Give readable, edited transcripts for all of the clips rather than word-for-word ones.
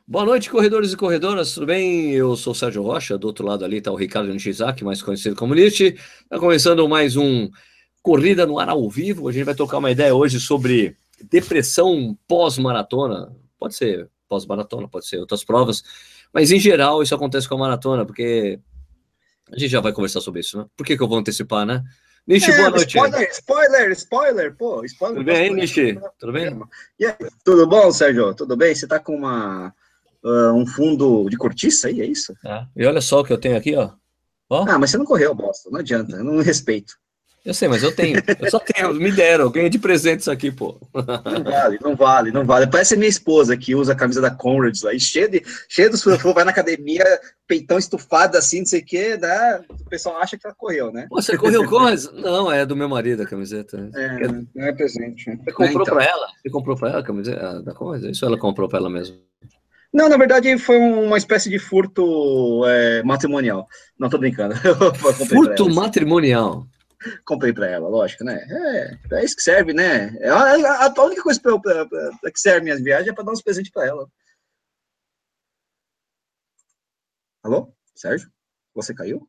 Boa noite, corredores e corredoras, tudo bem? Eu sou o Sérgio Rocha, do outro lado ali está o Ricardo Nishizaki, mais conhecido como Nishi. Está começando mais um Corrida no Ar ao vivo. A gente vai trocar uma ideia hoje sobre depressão pós-maratona. Pode ser pós-maratona, pode ser outras provas, mas em geral isso acontece com a maratona, porque a gente já vai conversar sobre isso, né? Por que eu vou antecipar, né? Nishi, boa noite. Spoiler, pô, spoiler. Tudo bem aí, Nishi? Tudo bem? E aí, tudo bom, Sérgio? Tudo bem? Você tá com um fundo de cortiça aí, é isso? E olha só o que eu tenho aqui, ó. Ah, mas você não correu, bosta, não adianta, eu não respeito. Eu sei, mas eu tenho. Eu só tenho, me deram, eu ganhei de presente isso aqui, pô. Não vale. Parece a minha esposa que usa a camisa da Conrads lá, e cheia dos vai na academia, peitão estufado assim, não sei o quê, né? O pessoal acha que ela correu, né? Você correu coisa? Não, é do meu marido a camiseta. Não é presente. Você comprou pra ela? Você comprou pra ela a camiseta da coisa? Isso ela comprou pra ela mesmo? Não, na verdade foi uma espécie de furto matrimonial. Não, tô brincando. Furto matrimonial? Comprei pra ela, lógico, né? É isso que serve, né? A única coisa pra que serve minhas viagens é pra dar uns presentes pra ela. Alô? Sérgio? Você caiu?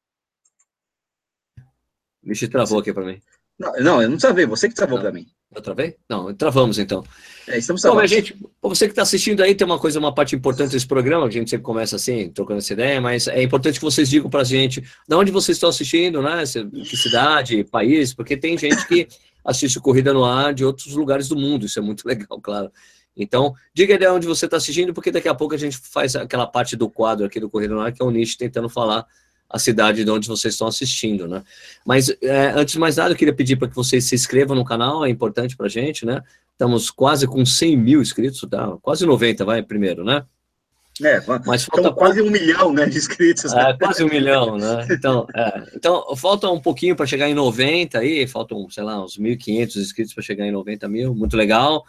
Vixe, travou aqui pra mim. Não, eu não travei, você que travou pra mim. Eu travei? Não, travamos então. Estamos Bom, minha travados. gente, pra você que está assistindo aí, tem uma parte importante desse programa, que a gente sempre começa assim, trocando essa ideia, mas é importante que vocês digam pra gente de onde vocês estão assistindo, né? Que cidade, país, porque tem gente que assiste Corrida no Ar de outros lugares do mundo, isso é muito legal, claro. Então, diga aí de onde você está assistindo, porque daqui a pouco a gente faz aquela parte do quadro aqui do Corrida no Ar, que é o Nish tentando falar a cidade de onde vocês estão assistindo, né? Mas, antes de mais nada, eu queria pedir para que vocês se inscrevam no canal, é importante pra gente, né? Estamos quase com 100 mil inscritos, tá? Quase 90, vai, primeiro, né? Mas falta quase 1 milhão, né, de inscritos. Quase 1 milhão, né? Então falta um pouquinho para chegar em 90 aí, faltam, sei lá, uns 1.500 inscritos para chegar em 90 mil, muito legal.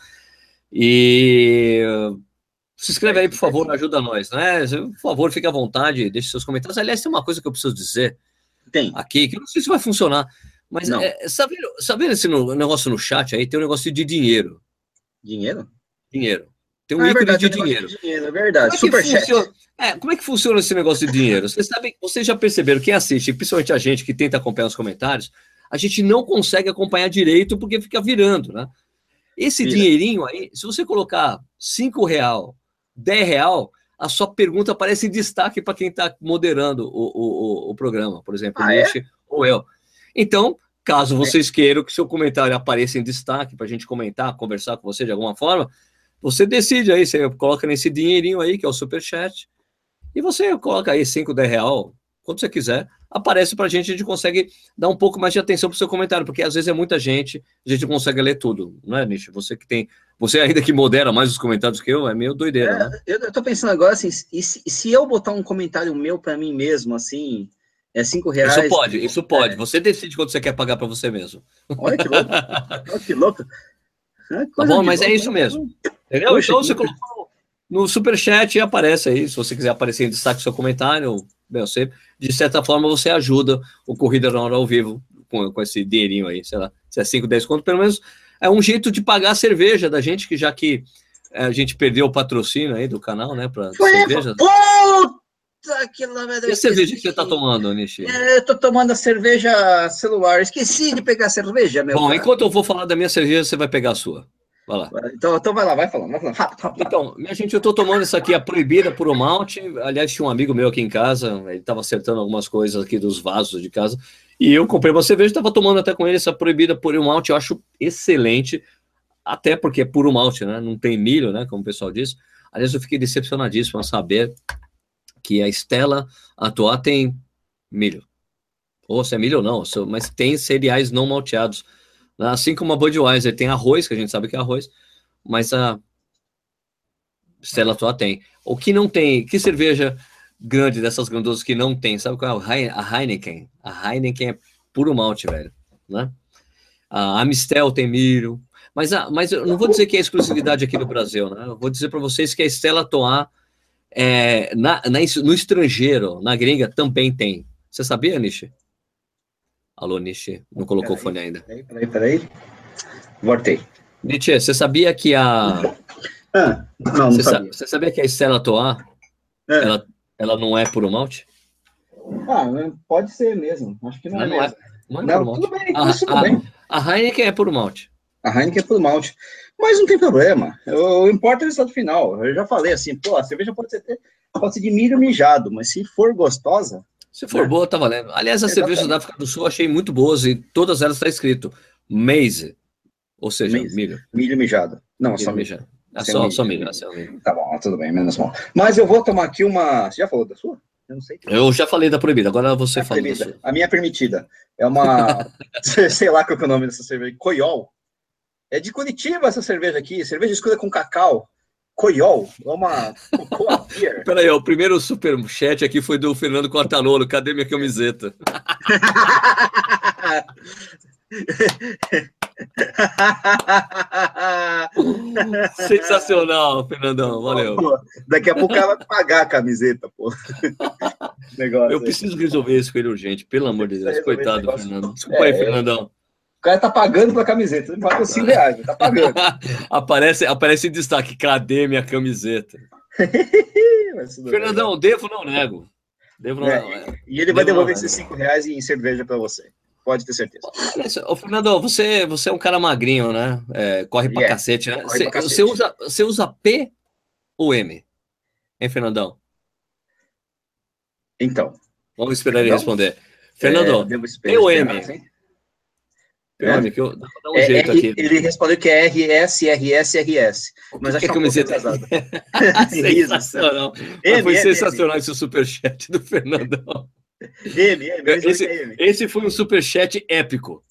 E se inscreve aí, por favor, ajuda nós, né? Por favor, fique à vontade, deixe seus comentários. Aliás, tem uma coisa que eu preciso dizer aqui, que eu não sei se vai funcionar, mas sabe esse negócio no chat aí? Tem um negócio de dinheiro. Dinheiro? Dinheiro. Tem um ícone de dinheiro. É verdade. Como é que funciona esse negócio de dinheiro? Vocês já perceberam, quem assiste, principalmente a gente que tenta acompanhar os comentários, a gente não consegue acompanhar direito porque fica virando, né? Esse dinheirinho aí, se você colocar R$5, R$10, a sua pergunta aparece em destaque para quem está moderando o programa, por exemplo, o Nishi ou eu. Então, caso vocês queiram que seu comentário apareça em destaque para a gente comentar, conversar com você de alguma forma, você decide aí, você coloca nesse dinheirinho aí, que é o superchat, e você coloca aí 5, 10 real, quando você quiser, aparece pra gente, a gente consegue dar um pouco mais de atenção pro seu comentário, porque às vezes é muita gente, a gente não consegue ler tudo, não é, Nish? Você ainda que modera mais os comentários que eu, é meio doideira, né? Eu tô pensando agora, assim, e se eu botar um comentário meu pra mim mesmo, assim, é R$5... Isso pode. Você decide quanto você quer pagar pra você mesmo. Olha que louco. Olha que louco. Tá bom, mas é isso mesmo. Entendeu? Poxa, então você colocou no superchat e aparece aí. Se você quiser aparecer em destaque seu comentário, de certa forma você ajuda o Corrida no Ar ao vivo com esse dinheirinho aí, sei lá, se é 5, 10 conto, pelo menos é um jeito de pagar a cerveja da gente, que já que a gente perdeu o patrocínio aí do canal, né, pra cerveja. E a cerveja que você tá tomando, Nishi? Eu tô tomando a cerveja celular. Esqueci de pegar a cerveja, meu. Bom, enquanto eu vou falar da minha cerveja, você vai pegar a sua. Vai lá. Então vai lá, vai falando. Rápido. Então, minha gente, eu tô tomando essa aqui, a proibida Puro Malte. Aliás, tinha um amigo meu aqui em casa, ele tava acertando algumas coisas aqui dos vasos de casa, e eu comprei uma cerveja, tava tomando até com ele essa proibida Puro Malte, eu acho excelente, até porque é puro malte, né? Não tem milho, né? Como o pessoal diz. Aliás, eu fiquei decepcionadíssimo a saber que a Stella Artois tem milho. Ou se é milho ou não, mas tem cereais não malteados. Assim como a Budweiser tem arroz, que a gente sabe que é arroz, mas a Stella Artois tem. O que não tem, que cerveja grande dessas grandosas que não tem, sabe qual é? A Heineken. A Heineken é puro malte, velho, né? A Amistel tem milho, mas eu não vou dizer que é exclusividade aqui no Brasil, né? Eu vou dizer para vocês que a Stella Artois no estrangeiro, na gringa, também tem. Você sabia, Nishi? Alô, Nishi, não colocou o fone ainda. Peraí. Voltei. Nishi, você sabia que Não sabia. Você sabia que a Stella Artois, ela não é puro malte? Pode ser mesmo. Acho que não é mesmo. Não é puro malte. Tudo bem, tudo bem. A Heineken é puro malte. A Heineken é puro malte. Mas não tem problema. O importa é o resultado final. Eu já falei assim, a cerveja pode ser de milho mijado, mas se for gostosa... Se for boa, tá valendo. Aliás, as cervejas da África do Sul eu achei muito boas e todas elas está escrito maize, ou seja, milho. Milho mijado. Não, milho só mijado. Só milho. Tá bom, tudo bem, menos mal. Mas eu vou tomar aqui uma... Você já falou da sua? Eu não sei. Eu já falei da proibida, agora você fala da sua. A minha é permitida. É uma... sei lá qual é o nome dessa cerveja. Coiol. É de Curitiba essa cerveja aqui. Cerveja escura com cacau. Coiol. É uma... Peraí, o primeiro superchat aqui foi do Fernando Quartarolo. Cadê minha camiseta? Sensacional, Fernandão, valeu. Pô, daqui a pouco ela vai pagar a camiseta, pô. Eu preciso resolver isso com ele urgente, pelo amor de Deus. Coitado do Fernando. Desculpa aí, Fernandão. O cara tá pagando pela camiseta, ele pagou R$5, tá pagando. aparece em destaque, cadê minha camiseta? Fernandão, bem, devo, não nego. E ele vai devolver esses R$5 em cerveja para você. Pode ter certeza. Ô, Fernando, você é um cara magrinho, né? Corre pra cacete, né? Você usa P ou M? Hein, Fernandão? Então. Vamos esperar ele responder. Fernando, P ou M? P que eu vou dar um jeito aqui. Ele respondeu que é RS. Mas acho que é camiseta. Sensacional. Foi sensacional esse superchat do Fernandão. Esse foi um superchat épico.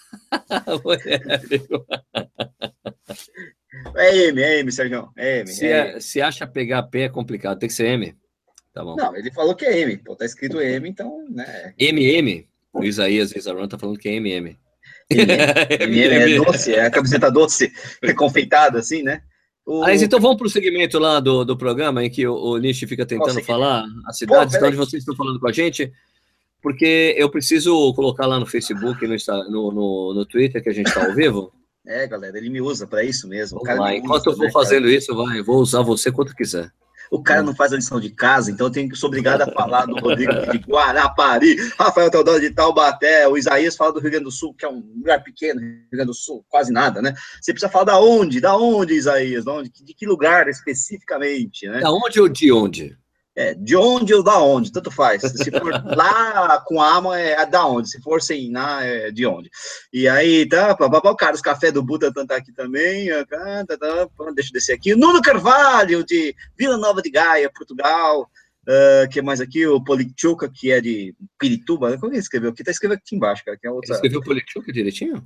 É M, Sérgio. É M. Se acha pegar P é complicado, tem que ser M. Tá bom. Não, ele falou que é M. Pô, tá escrito M, então, né? MM. O Isaías Aron tá falando que é MM. É doce, é a camiseta doce, confeitada, assim, né? Mas então vamos para o segmento lá do programa em que o Nishi fica tentando falar as cidades de onde vocês estão falando com a gente, porque eu preciso colocar lá no Facebook, no Twitter, que a gente está ao vivo. Galera, ele me usa para isso mesmo. Enquanto eu vou fazendo isso, eu vou usar você quanto quiser. O cara não faz a lição de casa, então eu sou obrigado a falar do Rodrigo de Guarapari, Rafael Teodoro de Taubaté, o Isaías fala do Rio Grande do Sul, que é um lugar pequeno, Rio Grande do Sul, quase nada, né? Você precisa falar da onde, Isaías? De que lugar especificamente, né? Da onde ou de onde? De onde ou da onde, tanto faz. Se for lá com ama, é da onde. Se for sem na, é de onde. E aí, o Carlos Café do Butantan tá aqui também. Deixa eu descer aqui. Nuno Carvalho, de Vila Nova de Gaia, Portugal. Que mais aqui? O Polichuca, que é de Pirituba. Como ele escreveu aqui? Tá escrevendo aqui embaixo, cara. Que é outra... Ele escreveu Polichuca direitinho?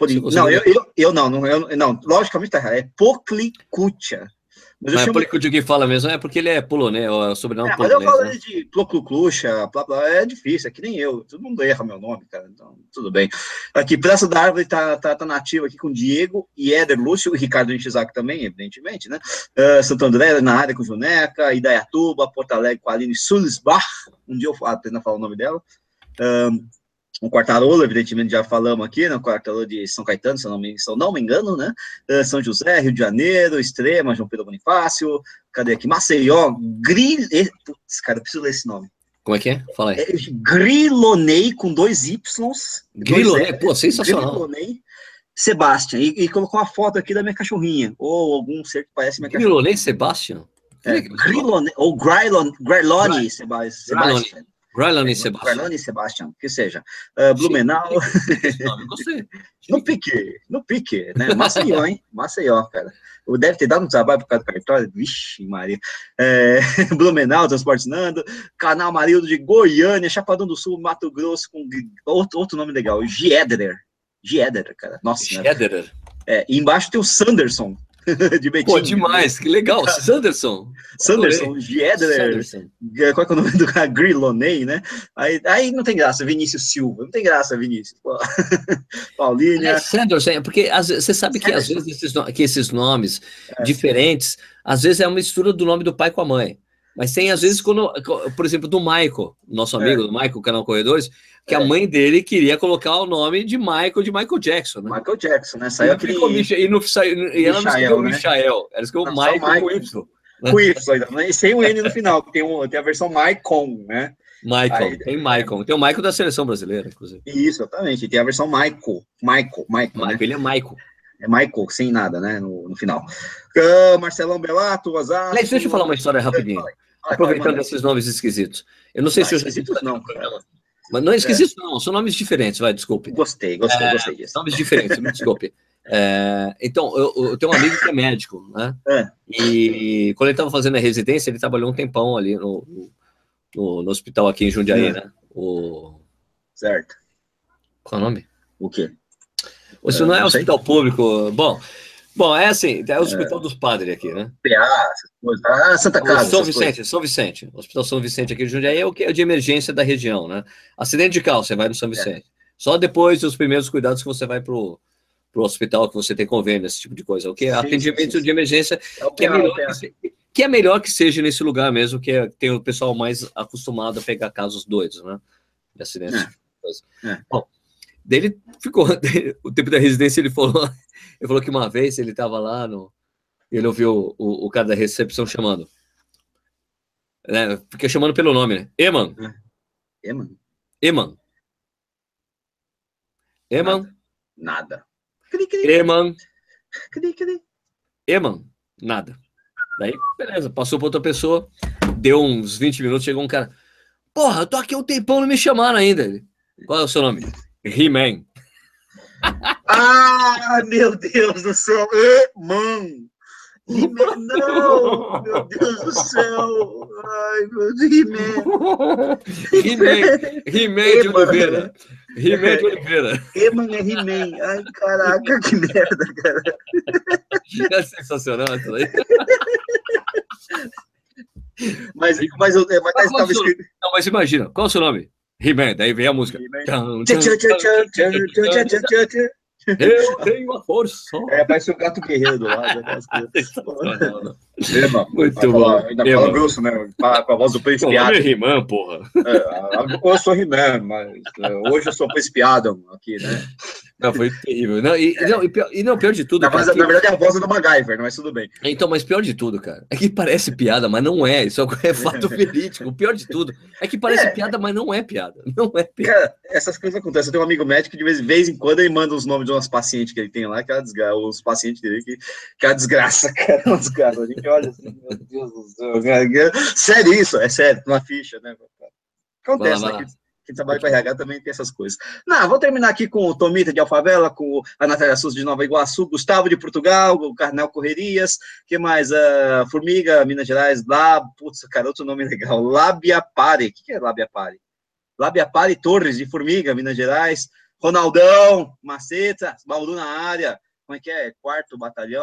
Não, logicamente tá errado. É Poklicucha. Mas é Policucha que fala mesmo, é porque ele é polonês, é o sobrenome polonês. Mas eu falo de Ploklucha, é difícil, é que nem eu, todo mundo erra meu nome, cara, então tudo bem. Aqui, Praça da Árvore tá nativo aqui com Diego e Éder Lúcio, e Ricardo Nishizaki também, evidentemente, né? Santo André na área com Juneca, Idaiatuba, Porto Alegre com a Aline Sulzbach, um dia eu aprendo a falar o nome dela. O Quartarolo, evidentemente, já falamos aqui, né? O Quartarolo de São Caetano, se eu não me engano, né? São José, Rio de Janeiro, Extrema, João Pedro Bonifácio, cadê aqui? Maceió, Putz, cara, eu preciso ler esse nome. Como é que é? Fala aí. Grilonei, com 2 Ys. Grilonei, pô, sensacional. Grilonei, Sebastian, e colocou uma foto aqui da minha cachorrinha, ou algum ser que parece minha cachorrinha. Grilonei, Sebastian? Grilonei, ou Grilone, Sebastian. Grylone Sebastian, que seja. Blumenau. Gostei. No pique, né? Maceió, hein? Maceió, cara. Deve ter dado um trabalho por causa do cartório. Vixe, Maria. Blumenau, Transportes Nando. Canal Marildo de Goiânia, Chapadão do Sul, Mato Grosso, com outro nome legal. Giederer, cara. Nossa, Giederer. E embaixo tem o Sanderson. De Betim. Pô, demais, que legal. Sanderson, Giederer. Qual é o nome do cara? Grilonei, né? Aí não tem graça, Vinícius Silva. Não tem graça, Vinícius. Paulínia. Sanderson, porque você sabe que às vezes esses nomes diferentes, às vezes é uma mistura do nome do pai com a mãe. Mas tem, às vezes, quando, por exemplo, do Michael, nosso amigo do Michael, canal Corredores, que a mãe dele queria colocar o nome de Michael Jackson, né? Michael Jackson, né? Saiu aquele... E ela não escreveu Michael, ela escreveu Michael com Y. Com Y ainda, né? E sem o N no final, tem a versão Maicon, né? Michael, tem Michael. Tem o Michael da seleção brasileira, inclusive. Isso, exatamente. Tem a versão Michael, né? Ele é Michael. É Michael, sem nada, né? No final. Marcelão Belato, Osasco... Deixa eu falar uma história rapidinho. Aproveitando esses nomes esquisitos. Eu não sei se eu já... Esquisitos não, mas não é esquisito, não. São nomes diferentes, desculpe. Gostei disso. Nomes diferentes, me desculpe. Então, eu tenho um amigo que é médico, né? E quando ele estava fazendo a residência, ele trabalhou um tempão ali no hospital aqui em Jundiaí, né? Certo. Qual é o nome? O quê? Isso não é hospital público. Bom, é assim, é o Hospital dos Padres aqui, né? Santa Casa. São Vicente. O Hospital São Vicente aqui de Jundiaí é o que é de emergência da região, né? Acidente de carro, você vai no São Vicente. Só depois dos primeiros cuidados que você vai pro hospital, que você tem convênio, esse tipo de coisa. O que é atendimento de emergência, que é melhor que seja nesse lugar mesmo, que tem o pessoal mais acostumado a pegar casos doidos, né? De acidentes. Bom, ele ficou o tempo da residência, ele falou que uma vez ele estava lá ele ouviu o cara da recepção chamando, né? Fica chamando pelo nome, né? Eman. Nada. Eman, nada. Daí, beleza, passou para outra pessoa, deu uns 20 minutos, chegou um cara, porra, eu tô aqui um tempão, não me chamaram ainda. Qual é o seu nome? He-Man. Ah, meu Deus do céu! Mano! Não! Meu Deus do céu! Ai, meu Deus! He-Man de Oliveira. He-Man de Oliveira. He-Man é He-Man. Ai, caraca, que merda, cara. É sensacional isso aí. Mas estava escrito. Não, mas imagina, qual é o seu nome? He-Man, daí vem a música. Eu tenho a força. Parece o Gato Guerreiro do lado. Muito bom. Ainda fala grosso, né? Com a voz do Príncipe Adam. É He-Man, porra. Eu sou He-Man, mas hoje eu sou o Príncipe Adam aqui, né? Não, foi terrível. Pior de tudo. Na verdade, é a voz do MacGyver, mas tudo bem. Então, mas pior de tudo, cara, é que parece piada, mas não é. Isso é fato verídico. O pior de tudo é que parece piada, mas não é piada. Não é piada. Cara, essas coisas acontecem. Eu tenho um amigo médico que de vez em quando ele manda os nomes de umas pacientes que ele tem lá, que é uma desgraça, os pacientes dele, que é uma desgraça, cara. Uma desgraça. A gente olha assim, meu Deus do céu. Sério isso, é sério, uma ficha, né? Acontece, né? Quem trabalha com RH também tem essas coisas. Não, vou terminar aqui com o Tomita de Alfavela, com a Natália Souza de Nova Iguaçu, Gustavo de Portugal, o Carnel Correrias, que mais? Formiga, Minas Gerais, putz, cara, outro nome legal, Lábia Pare. O que é Lábia Pare? Lábia Pare Torres de Formiga, Minas Gerais, Ronaldão, Maceta, Bauru na área, como é que é? 4º Batalhão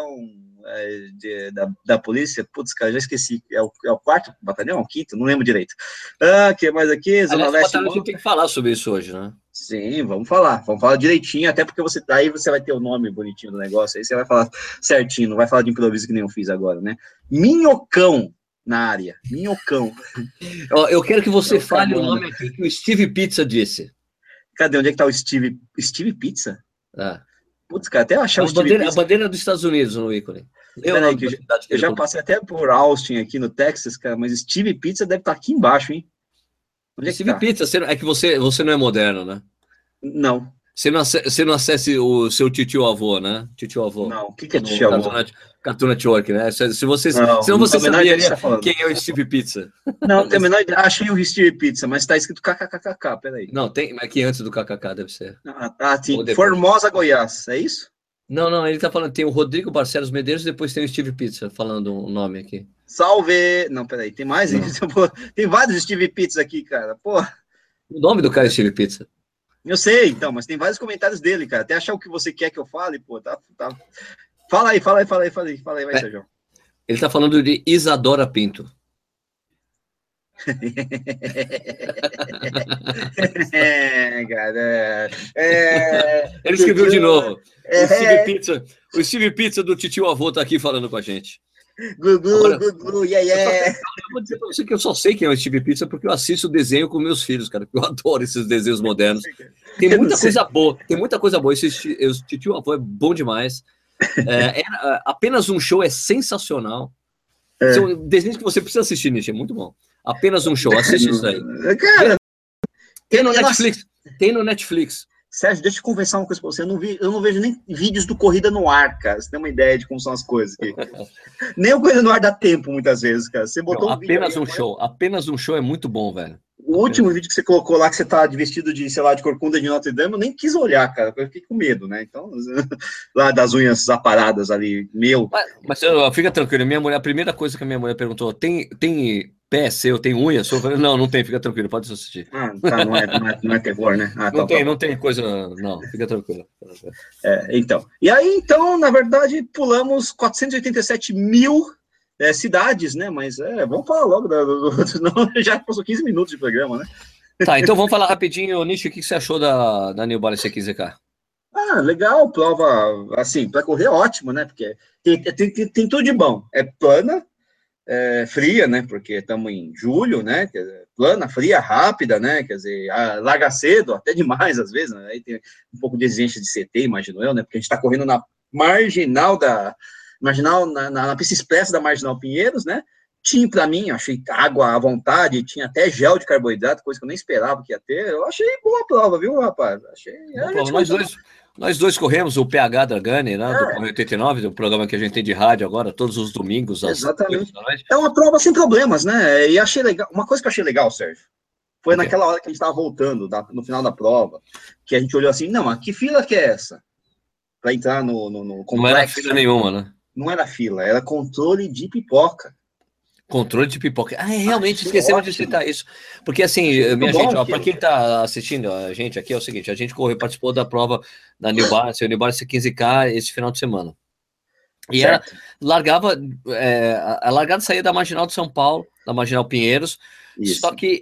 da Polícia, putz, cara, já esqueci, é o 4º Batalhão, o 5º, não lembro direito. Que mais aqui? Zona Leste. A gente tem que falar sobre isso hoje, né? Sim, vamos falar direitinho, até porque aí você vai ter o nome bonitinho do negócio, aí você vai falar certinho, não vai falar de improviso que nem eu fiz agora, né? Minhocão na área, Minhocão. Eu quero que você fale o nome aqui que o Steve Pizza disse. Cadê? Onde é que tá o Steve Pizza? Putz, cara, até achar o Steve Pizza. A bandeira dos Estados Unidos no ícone. Eu já passei até por Austin aqui no Texas, cara, mas Steve Pizza deve estar aqui embaixo, hein? Onde é que Steve Pizza, é que você não é moderno, né? Não. Você não acesse o seu tio-avô, né? Tio-avô. Não, o que é tio-avô? Cartoon Network, né? Senão você saberia quem é o Steve Pizza. Não, tem a menor ideia. Achei o Steve Pizza, mas tá escrito KKKK, peraí. Não, tem aqui antes do KKK, deve ser. Sim. Formosa, Goiás, é isso? Não, ele tá falando, tem o Rodrigo Barcelos Medeiros, depois tem o Steve Pizza, falando o nome aqui. Salve! Não, peraí, tem mais? Tem vários Steve Pizza aqui, cara, pô. O nome do cara é Steve Pizza. Eu sei, então, mas tem vários comentários dele, cara. Até achar o que você quer que eu fale, pô, tá. Fala aí, vai, Sérgio. Ele tá falando de Isadora Pinto. Cara. Ele escreveu de novo. O Steve Pizza do titio avô tá aqui falando com a gente. Glu, glu, glu, yeah. Eu vou dizer pra você que eu só sei quem é o Steve Pizza porque eu assisto desenho com meus filhos, cara. Eu adoro esses desenhos modernos. Tem muita coisa boa, tem muita coisa boa. Esse Titio Avô é bom demais. Apenas um show é sensacional. São desenhos que você precisa assistir, Nietzsche, é muito bom. Apenas um show, assiste isso aí. Cara, tem no Netflix. Tem no Netflix. Sérgio, deixa eu conversar uma coisa pra você. Eu não vejo nem vídeos do Corrida no Ar, cara. Você tem uma ideia de como são as coisas aqui. Nem o Corrida no Ar dá tempo, muitas vezes, cara. Você botou apenas um show é muito bom, velho. O último vídeo que você colocou lá, que você tá vestido de, sei lá, de corcunda de Notre Dame, eu nem quis olhar, cara, eu fiquei com medo, né? Então, lá das unhas aparadas ali, Mas fica tranquilo, minha mulher, a primeira coisa que a minha mulher perguntou, tem pé seu, tem unha? Eu falei, não tem, fica tranquilo, pode assistir. Tá, não é terror, né? Não tem coisa, não, fica tranquilo. Então. E aí, então, na verdade, pulamos 487 mil cidades, né? Mas vamos falar logo, senão já passou 15 minutos de programa, né? Tá, então vamos falar rapidinho, Nishi, o que você achou da New Balance C15K? Legal, prova, assim, para correr ótimo, né? Porque tem tudo de bom. É plana, fria, né? Porque estamos em julho, né? Quer dizer, plana, fria, rápida, né? Quer dizer, larga cedo, até demais às vezes, né? Aí tem um pouco de exigência de CT, imagino eu, né? Porque a gente está correndo na marginal na pista expressa da Marginal Pinheiros, né? Tinha, para mim, achei água à vontade, tinha até gel de carboidrato, coisa que eu nem esperava que ia ter. Eu achei boa a prova, viu, rapaz? Nós dois corremos o PH Dragani, né? Do Correio 89, do programa que a gente tem de rádio agora, todos os domingos. Exatamente. É uma prova sem problemas, né? E achei legal. Uma coisa que eu achei legal, Sérgio, foi naquela hora que a gente estava voltando, no final da prova, que a gente olhou assim, não, mas que fila que é essa? Para entrar no complexo. Não era fila nenhuma, né? Não era fila, era controle de pipoca. Controle de pipoca. Realmente esquecemos de citar isso. Porque assim, minha gente, para quem está assistindo a gente aqui, é o seguinte, a gente participou da prova da New Balance, o New Balance 15K esse final de semana. E ela largava, a largada saía da Marginal de São Paulo, da Marginal Pinheiros, só que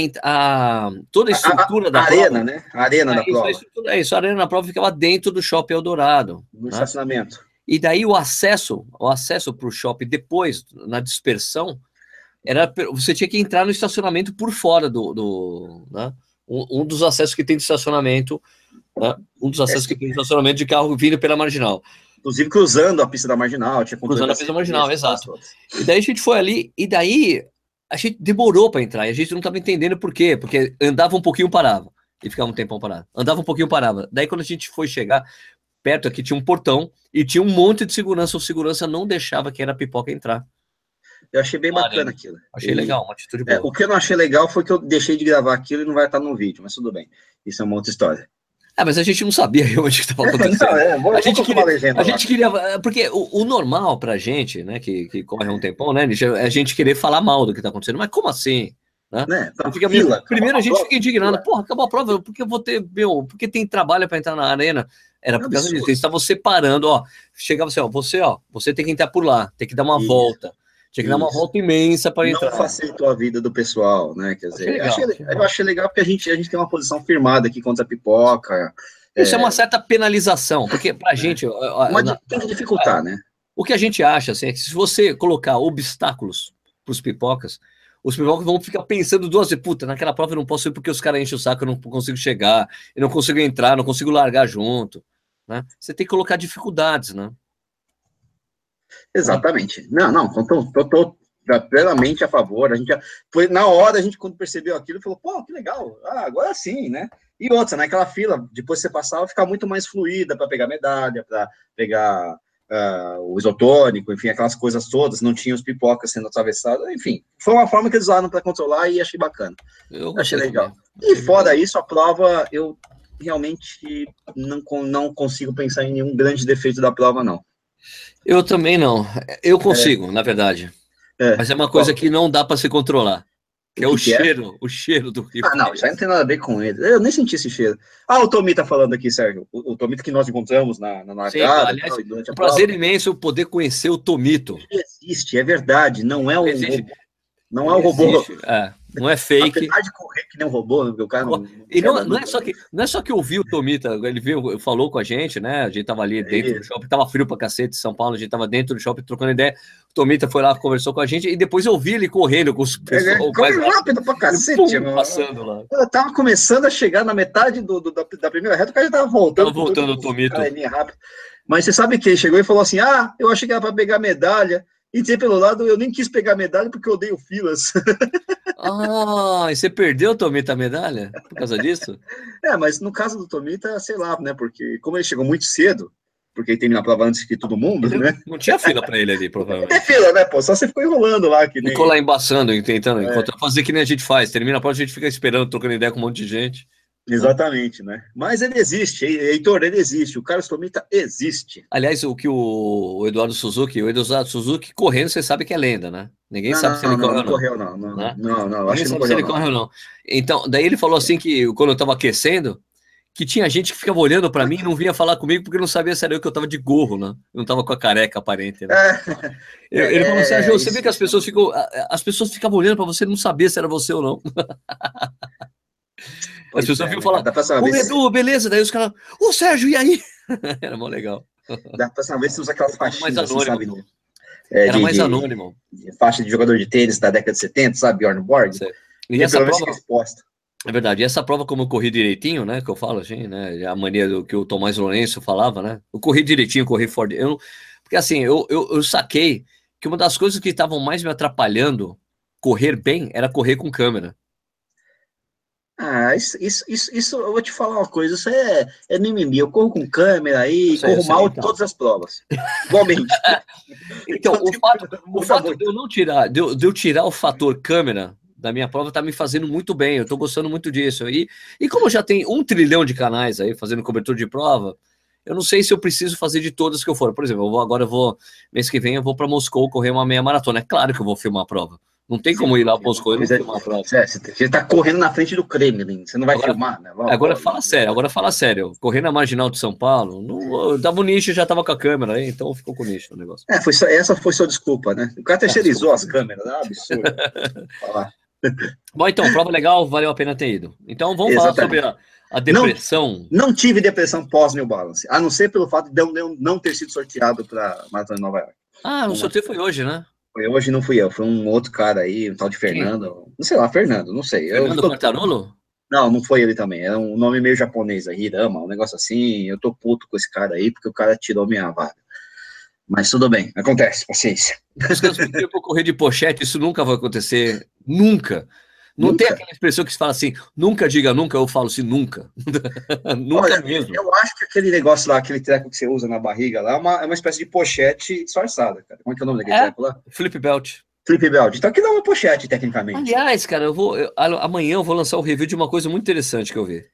toda a estrutura da arena, prova... né? A arena da prova. A arena da prova ficava dentro do Shopping Eldorado. No estacionamento. E daí o acesso para o shopping depois, na dispersão, você tinha que entrar no estacionamento por fora né? Um dos acessos que tem de estacionamento, né? Um dos acessos que tem de estacionamento de carro vindo pela Marginal. Inclusive cruzando a pista da Marginal. Cruzando a pista da Marginal, exato. E daí a gente foi ali, e daí a gente demorou para entrar, e a gente não estava entendendo por quê, porque andava um pouquinho, parava, e ficava um tempão parado. Andava um pouquinho, parava. Daí quando a gente foi chegar perto aqui, tinha um portão, e tinha um monte de segurança, o segurança não deixava quem era pipoca entrar. Eu achei bem bacana aquilo. Achei legal, uma atitude boa. O que eu não achei legal foi que eu deixei de gravar aquilo e não vai estar no vídeo, mas tudo bem. Isso é uma outra história. Mas a gente não sabia realmente o que estava acontecendo. A gente queria, porque o normal pra gente, né, que corre um tempão, né, é a gente querer falar mal do que está acontecendo. Mas como assim? Né? Primeiro a gente fica indignado. Porra, acabou a prova, porque eu vou ter, porque tem trabalho para entrar na arena. Era por causa disso, eles estavam separando, chegava assim, você tem que entrar por lá, tem que dar uma volta. Tinha que dar uma volta imensa para entrar. Não facilitou a vida do pessoal, né? Quer dizer, eu achei legal porque a gente tem uma posição firmada aqui contra a pipoca. Isso é uma certa penalização, porque pra gente... Mas tem que dificultar, né? O que a gente acha, assim, é que se você colocar obstáculos pros pipocas, os pipocas vão ficar pensando duas vezes, puta, naquela prova eu não posso ir porque os caras enchem o saco, eu não consigo chegar, eu não consigo entrar, não consigo largar junto, né? Você tem que colocar dificuldades, né? Exatamente. Não, estou plenamente a favor. Foi na hora, a gente quando percebeu aquilo, falou, pô, que legal, agora sim, né? E outra, naquela fila, depois você passava, ficar muito mais fluida para pegar medalha, para pegar o isotônico, enfim, aquelas coisas todas, não tinha os pipocas sendo atravessados, enfim, foi uma forma que eles usaram para controlar e achei bacana. Achei legal. E fora isso, a prova, eu realmente não consigo pensar em nenhum grande defeito da prova, não. Eu também não. Eu consigo, na verdade. Mas é uma coisa que não dá para se controlar. Que é o cheiro do rio. Não, isso aí não tem nada a ver com ele. Eu nem senti esse cheiro. O Tomi tá falando aqui, Sérgio. O Tomito que nós encontramos na largada. Aliás, um prazer imenso poder conhecer o Tomito. Ele existe, é verdade. Não é um robô. Não é um robô. Não é fake. Apesar de correr que nem um robô, porque o cara E não é só que eu vi o Tomita, ele veio, falou com a gente, né? A gente tava ali dentro do shopping, tava frio pra cacete em São Paulo, a gente tava dentro do shopping trocando ideia. O Tomita foi lá, conversou com a gente, e depois eu vi ele correndo com os pessoal. Corre rápido pra cacete, mano. Passando lá. Eu tava começando a chegar na metade da primeira reta, o cara já tava voltando. Tava voltando o Tomita. Mas você sabe que ele chegou e falou assim: ah, eu achei que era pra pegar medalha. E dizer pelo lado, eu nem quis pegar medalha porque eu odeio filas. Ah, e você perdeu, Tomita, a medalha? Por causa disso? Mas no caso do Tomita, sei lá, né? Porque como ele chegou muito cedo, porque ele terminou a prova antes que todo mundo, né? Não tinha fila pra ele ali, provavelmente. Não tem fila, né, pô? Só você ficou enrolando lá. Que nem... Ficou lá embaçando, tentando fazer que nem a gente faz. Termina a prova, a gente fica esperando, trocando ideia com um monte de gente. Exatamente, né? Mas ele existe, Heitor, ele existe. O Carlos Tomita existe. Aliás, o que o Eduardo Suzuki correndo, você sabe que é lenda, né? Ninguém sabe se ele correu ou não. Não correu, não. Não, acho que não correu, se ele correu ou não. Então, daí ele falou assim que quando eu tava aquecendo, que tinha gente que ficava olhando pra mim e não vinha falar comigo porque não sabia se era eu que eu tava de gorro, né? Eu não tava com a careca aparente, né? Ele falou, Sérgio, você vê que as pessoas ficavam olhando pra você e não sabia se era você ou não. As pessoas vinham falar, Edu, beleza? Daí os caras, Sérgio, e aí? Era mó legal. Da próxima vez você usa aquelas faixinhas, mais anônimo, assim, sabe? Era mais anônimo. Faixa de jogador de tênis da década de 70, sabe? Bjorn Borg. E essa prova, é verdade, e essa prova como eu corri direitinho, né, que eu falo assim, né, a mania do que o Tomás Lourenço falava, né, eu corri direitinho, corri forte, porque assim, eu saquei que uma das coisas que estavam mais me atrapalhando correr bem era correr com câmera. Isso eu vou te falar uma coisa, isso é mimimi. Eu corro com câmera aí, corro mal então. Todas as provas. Igualmente. Então, o fato de eu não tirar, de eu tirar o fator câmera da minha prova tá me fazendo muito bem, eu tô gostando muito disso. E como já tem 1 trilhão de canais aí fazendo cobertura de prova, eu não sei se eu preciso fazer de todas que eu for. Por exemplo, mês que vem eu vou para Moscou correr uma meia maratona. É claro que eu vou filmar a prova. Não tem como ir lá para Moscou e não filmar a prova. Você tá correndo na frente do Kremlin, você não vai filmar, né? Agora fala sério. Correndo na Marginal de São Paulo, não, dava o nicho e já tava com a câmera aí, então ficou com o nicho o negócio. Essa foi sua desculpa, né? O cara terceirizou as câmeras, é um absurdo. Bom, então, prova legal, valeu a pena ter ido. Então vamos falar sobre a depressão. Não tive depressão pós-New Balance, a não ser pelo fato de eu não ter sido sorteado para Maratona de Nova York. O sorteio foi hoje, né? Hoje não fui eu, foi um outro cara aí, um tal de Fernando. Quem? Não sei lá, Fernando, não sei. Fernando Quartarolo? Não foi ele também. Era um nome meio japonês aí, Hirama, um negócio assim. Eu tô puto com esse cara aí, porque o cara tirou minha vaga. Mas tudo bem, acontece, paciência. Os caras pediram pra eu correr de pochete, isso nunca vai acontecer. Nunca. Não tem aquela expressão que se fala assim, nunca diga nunca, eu falo assim, nunca. Nunca mesmo. Eu acho que aquele negócio lá, aquele treco que você usa na barriga lá, é uma espécie de pochete disfarçada, cara. Como é que é o nome daquele treco lá? Flip belt. Flip belt. Então aqui dá uma pochete, tecnicamente. Aliás, cara, amanhã eu vou lançar um review de uma coisa muito interessante que eu vi.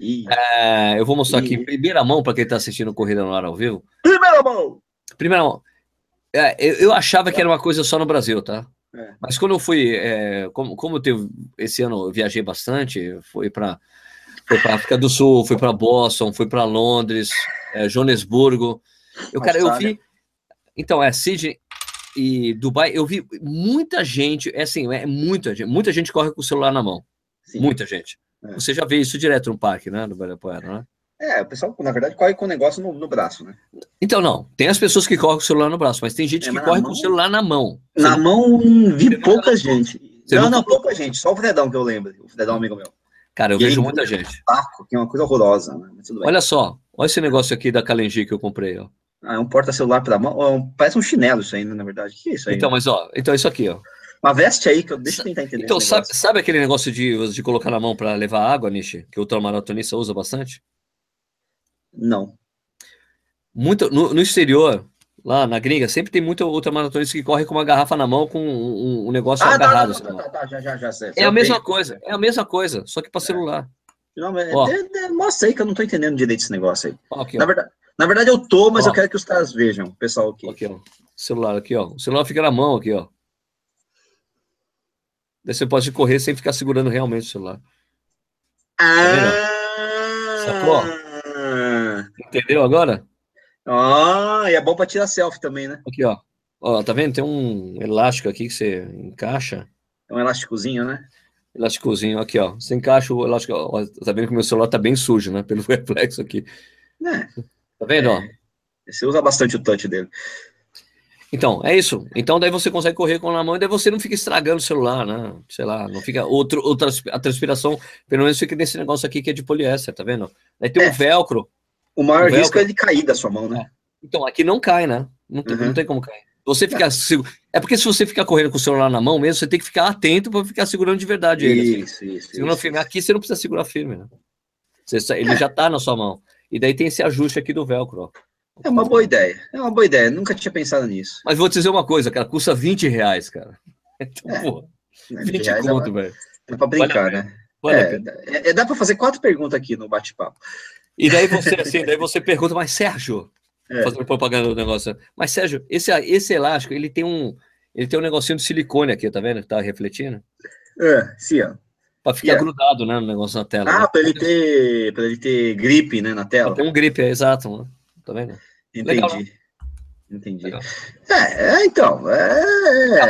Eu vou mostrar aqui em primeira mão para quem está assistindo Corrida no Ar ao vivo. Primeira mão. Eu achava que era uma coisa só no Brasil, tá? Mas quando eu fui, como esse ano eu viajei bastante, fui para África do Sul, fui para Boston, fui para Londres, Joanesburgo. Eu vi. Então, Sydney e Dubai, eu vi muita gente, muita gente corre com o celular na mão. Sim. Muita gente. Você já vê isso direto no parque, né? No Ibirapuera, né? O pessoal, na verdade, corre com o negócio no braço, né? Então, não. Tem as pessoas que correm com o celular no braço, mas tem gente que corre com o celular na mão. Na mão, vi pouca gente. Não, pouca gente. Só o Fredão que eu lembro. O Fredão, amigo meu. Cara, eu vejo muita gente. Que é uma coisa horrorosa, né? Mas tudo bem. Olha só. Olha esse negócio aqui da Kalenji que eu comprei, ó. É um porta-celular pra mão. Parece um chinelo isso aí, na verdade. O que é isso aí? Então, mas ó. Então, isso aqui, ó. Uma veste aí, deixa eu tentar entender. Então, sabe aquele negócio de colocar na mão para levar água, Nishi? Que o ultramaratonista usa bastante? Não. Muito, no exterior, lá na gringa, sempre tem muito ultramaratonista que corre com uma garrafa na mão com um negócio agarrado. Já sei. É a mesma coisa, só que para celular. Não, mostra aí que eu não tô entendendo direito esse negócio aí. Aqui, na verdade eu tô, mas eu quero que os caras vejam, o pessoal aqui. Aqui, ó. Celular aqui, ó. O celular fica na mão aqui, ó. Daí você pode correr sem ficar segurando realmente o celular. Sacou? Entendeu agora? E é bom para tirar selfie também, né? Aqui, ó. Tá vendo? Tem um elástico aqui que você encaixa. É um elásticozinho, né? Elásticozinho, aqui, ó. Você encaixa o elástico. Ó, tá vendo que o meu celular tá bem sujo, né? Pelo reflexo aqui. É, Tá vendo, ó? você usa bastante o touch dele. Então, é isso. Então, daí você consegue correr com a mão e daí você não fica estragando o celular, né? Sei lá, não fica. A transpiração, pelo menos fica nesse negócio aqui que é de poliéster, tá vendo? Aí tem um velcro. O Um maior risco velcro. é ele cair da sua mão, né? É. Então, aqui não cai, né? Não tem como cair. Você ficar. É porque se você ficar correndo com o celular na mão mesmo, você tem que ficar atento para ficar segurando de verdade ele. Assim. Segurando firme. Aqui você não precisa segurar firme, né? Ele já tá na sua mão. E daí tem esse ajuste aqui do velcro, ó. É uma boa ideia. É uma boa ideia. Nunca tinha pensado nisso. Mas vou te dizer uma coisa, cara. Custa R$20, cara. Então, porra. 20 conto, velho. É pra brincar, né? Dá pra fazer 4 perguntas aqui no bate-papo. E daí você, assim, daí você pergunta, mas Sérgio, fazendo propaganda do negócio, mas Sérgio, esse elástico, ele tem um negocinho de silicone aqui, tá vendo? Tá refletindo? Sim, ó. Pra ficar grudado, né, no negócio na tela. Pra ele ter gripe, né, na tela. Tem um gripe, exato, mano. Tá vendo? Entendi. Legal, né? Entendi. Legal. Então. É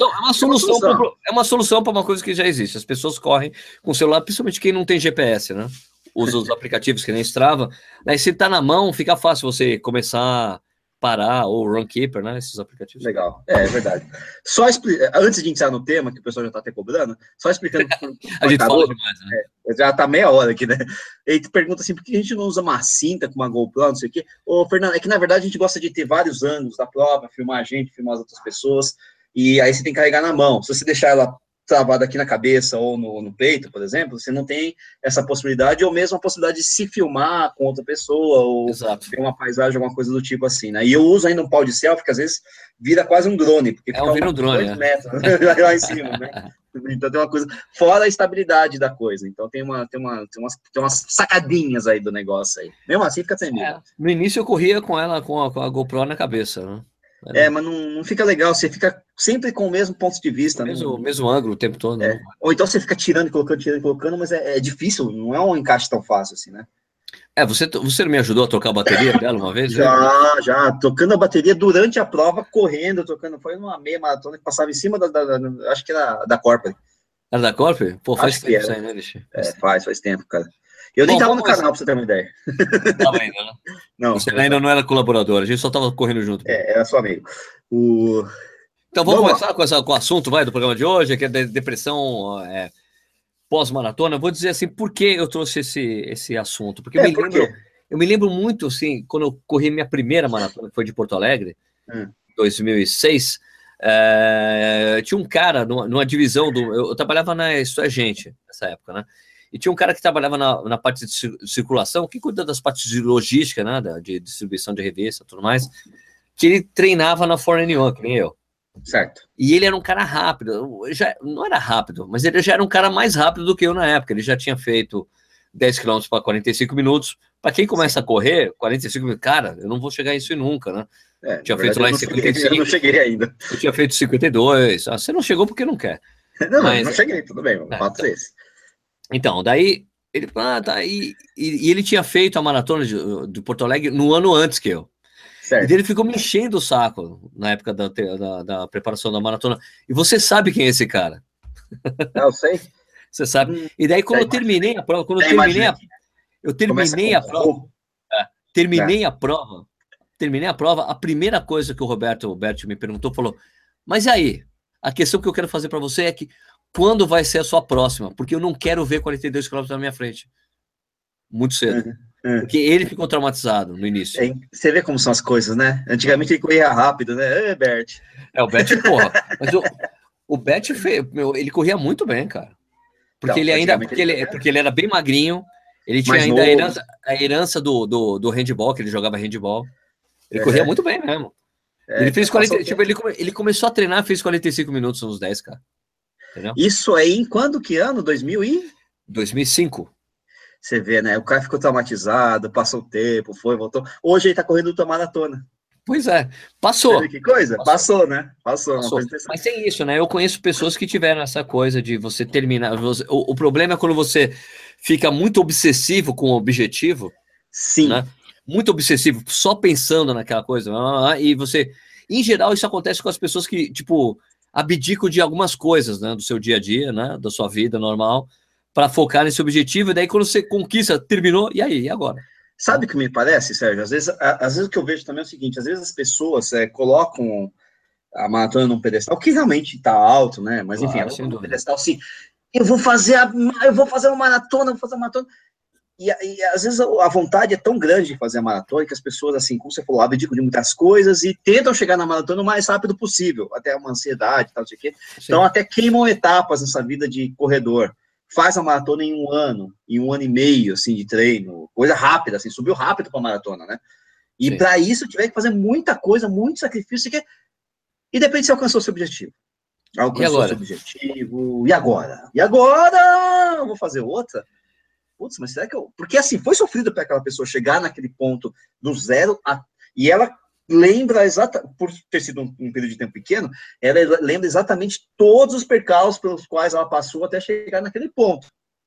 uma solução para uma coisa que já existe. As pessoas correm com o celular, principalmente quem não tem GPS, né? Usa os aplicativos que nem Strava. Aí se tá na mão, fica fácil você começar, parar, ou Runkeeper, né? Esses aplicativos. Legal, é verdade. Antes de entrar no tema, que o pessoal já tá até cobrando, só explicando. A gente fala demais, né? Já tá meia hora aqui, né? Ele pergunta assim, por que a gente não usa uma cinta com uma GoPro, não sei o quê? Ô, Fernando, é que na verdade a gente gosta de ter vários ângulos da prova, filmar a gente, filmar as outras pessoas, e aí você tem que carregar na mão. Se você deixar ela travada aqui na cabeça ou no peito, por exemplo, você não tem essa possibilidade, ou mesmo a possibilidade de se filmar com outra pessoa, ou ter uma paisagem, alguma coisa do tipo assim, né? E eu uso ainda um pau de selfie, que às vezes vira quase um drone, porque fica um drone, 2 metros lá em cima, né? Então tem uma coisa, fora a estabilidade da coisa, então tem umas sacadinhas aí do negócio aí. Mesmo assim fica sem medo. No início eu corria com ela, com a GoPro na cabeça, né? Mas não fica legal, você fica sempre com o mesmo ponto de vista. O mesmo ângulo o tempo todo. Né? Ou então você fica tirando e colocando, mas é difícil, não é um encaixe tão fácil assim, né? Você me ajudou a trocar a bateria dela uma vez? Já, tocando a bateria durante a prova, correndo, tocando, foi numa meia maratona que passava em cima acho que era da Corpa. Era da Corpa? Pô, faz tempo isso aí, né, Lixi? Faz tempo, cara. Eu nem tava no canal, pra você ter uma ideia. Tava ainda, né? Não. Você ainda não era colaborador, a gente só tava correndo junto. Era só amigo. Então vamos começar com o assunto, do programa de hoje, que é depressão pós-maratona. Eu vou dizer assim, por que eu trouxe esse assunto? Porque eu me lembro muito, assim, quando eu corri minha primeira maratona, que foi de Porto Alegre, em 2006, tinha um cara numa divisão eu trabalhava na Isto é Gente, nessa época, né? E tinha um cara que trabalhava na parte de circulação, que cuida das partes de logística, né? De distribuição de revista e tudo mais, que ele treinava na 4N1, que nem eu. Certo. E ele era um cara rápido, não era rápido, mas ele já era um cara mais rápido do que eu na época. Ele já tinha feito 10 km para 45 minutos. Para quem começa a correr, 45 minutos, cara, eu não vou chegar a isso nunca, né? Tinha feito lá em 55. Eu não cheguei ainda. Eu tinha feito 52. Você não chegou porque não quer. Não cheguei, tudo bem, o fato é esse. Então, daí ele e ele tinha feito a maratona de Porto Alegre no ano antes que eu. Certo. E ele ficou me enchendo o saco na época da preparação da maratona. E você sabe quem é esse cara? Eu sei. Você sabe. E daí, quando eu terminei a prova, terminei a prova, a primeira coisa que o Roberto me perguntou, falou, mas aí, a questão que eu quero fazer para você é que quando vai ser a sua próxima? Porque eu não quero ver 42 km na minha frente. Muito cedo. Porque ele ficou traumatizado no início. Você vê como são as coisas, né? Antigamente ele corria rápido, né? Bert. O Bert, porra. Mas o Bert, ele corria muito bem, cara. Porque ele era bem magrinho, ele tinha ainda a herança do handball, que ele jogava handball. Ele corria muito bem mesmo. Ele fez 40, ele começou a treinar, fez 45 minutos nos 10, cara. Entendeu? Isso aí em quando? Que ano? 2005. Você vê, né? O cara ficou traumatizado, passou o tempo, voltou. Hoje ele tá correndo outra maratona. Pois é, passou. Sabe que coisa? Passou, né? Passou. Mas tem isso, né? Eu conheço pessoas que tiveram essa coisa de você terminar. O problema é quando você fica muito obsessivo com o objetivo. Sim. Né? Muito obsessivo, só pensando naquela coisa. E você. Em geral, isso acontece com as pessoas que, tipo, abdicam de algumas coisas, né, do seu dia a dia, né, da sua vida normal, para focar nesse objetivo, e daí quando você conquista, terminou, e aí, e agora? Sabe o que me parece, Sérgio? Às vezes o que eu vejo também é o seguinte, às vezes as pessoas colocam a maratona num pedestal, que realmente está alto, né? Mas enfim, Claro, ela sem colocam num dúvida. pedestal assim, eu vou fazer uma maratona, vou fazer uma maratona. E às vezes a vontade é tão grande de fazer a maratona que as pessoas, assim, como você falou, abdicam de muitas coisas e tentam chegar na maratona o mais rápido possível, até uma ansiedade, tal, não sei o quê. Então até queimam etapas nessa vida de corredor. Faz a maratona em um ano e meio, assim, de treino, coisa rápida, assim, subiu rápido para a maratona, né? E para isso tiver que fazer muita coisa, muito sacrifício, e depende se alcançou seu objetivo. Alcançou seu objetivo, e agora? E agora eu vou fazer outra? Putz, mas será que eu... Porque, assim, foi sofrido para aquela pessoa chegar naquele ponto do zero, e ela lembra por ter sido um período de tempo pequeno, ela lembra exatamente todos os percalços pelos quais ela passou até chegar naquele ponto.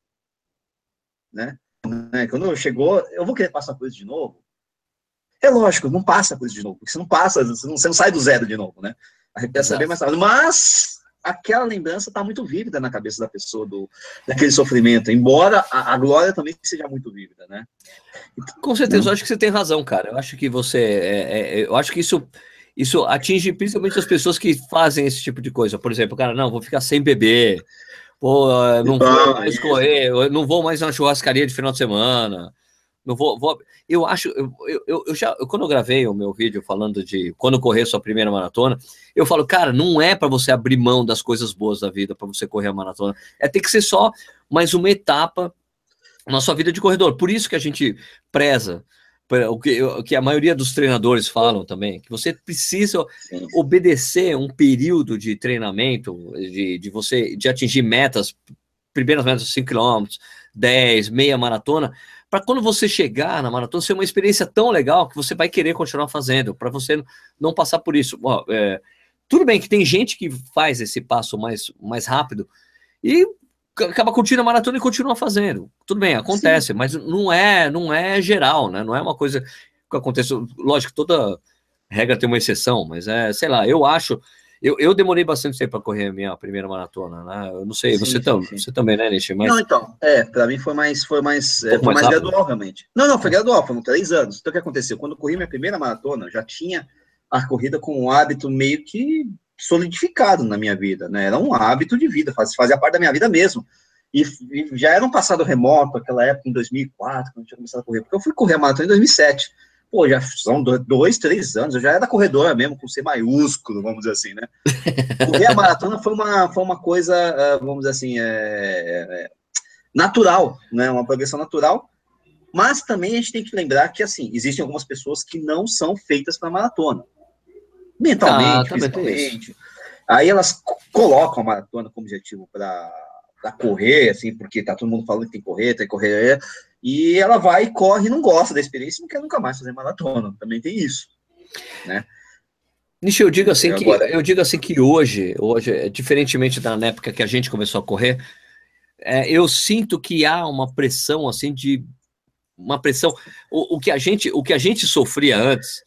Né? Quando chegou, eu vou querer passar por isso de novo? É lógico, não passa por isso de novo, porque você não passa, você não sai do zero de novo, né? A recuperação é bem mais rápida. Mas aquela lembrança está muito vívida na cabeça da pessoa, daquele sofrimento, embora a glória também seja muito vívida, né? Com certeza, eu acho que você tem razão, cara. Eu acho que eu acho que isso atinge principalmente as pessoas que fazem esse tipo de coisa. Por exemplo, cara, não, vou ficar sem beber, pô, não vou mais correr, eu não vou mais na churrascaria de final de semana. Não vou. Eu acho, quando eu gravei o meu vídeo falando de quando correr sua primeira maratona, eu falo, cara, não é para você abrir mão das coisas boas da vida para você correr a maratona. Tem que ser só mais uma etapa na sua vida de corredor. Por isso que a gente preza o que a maioria dos treinadores falam também, que você precisa obedecer um período de treinamento, de atingir metas, primeiras metas 5 km, 10, meia maratona, para quando você chegar na maratona ser uma experiência tão legal que você vai querer continuar fazendo, para você não passar por isso. Tudo bem que tem gente que faz esse passo mais rápido e acaba curtindo a maratona e continua fazendo. Tudo bem, acontece, mas não é geral, né? Não é uma coisa que acontece. Lógico, toda regra tem uma exceção, mas sei lá, eu acho. Eu demorei bastante tempo para correr a minha primeira maratona, né? Eu não sei, você também, né, Nishi? Não, então, para mim foi mais gradual, realmente. Não, foi gradual, foram 3 anos. Então, o que aconteceu? Quando eu corri minha primeira maratona, já tinha a corrida com um hábito meio que solidificado na minha vida, né? Era um hábito de vida, fazia parte da minha vida mesmo. E já era um passado remoto, aquela época, em 2004, quando eu tinha começado a correr, porque eu fui correr a maratona em 2007. Pô, já são 2, 3 anos, eu já era corredora mesmo, com C maiúsculo, vamos dizer assim, né? Correr a maratona foi uma coisa, vamos dizer assim, natural, né? Uma progressão natural, mas também a gente tem que lembrar que, assim, existem algumas pessoas que não são feitas para maratona. Mentalmente, fisicamente. Aí elas colocam a maratona como objetivo para correr, assim, porque tá todo mundo falando que tem que correr, e ela vai e corre e não gosta da experiência e não quer nunca mais fazer maratona. Também tem isso, né? Nishi, eu digo assim que hoje, diferentemente da época que a gente começou a correr, eu sinto que há uma pressão, assim, uma pressão. O que a gente sofria antes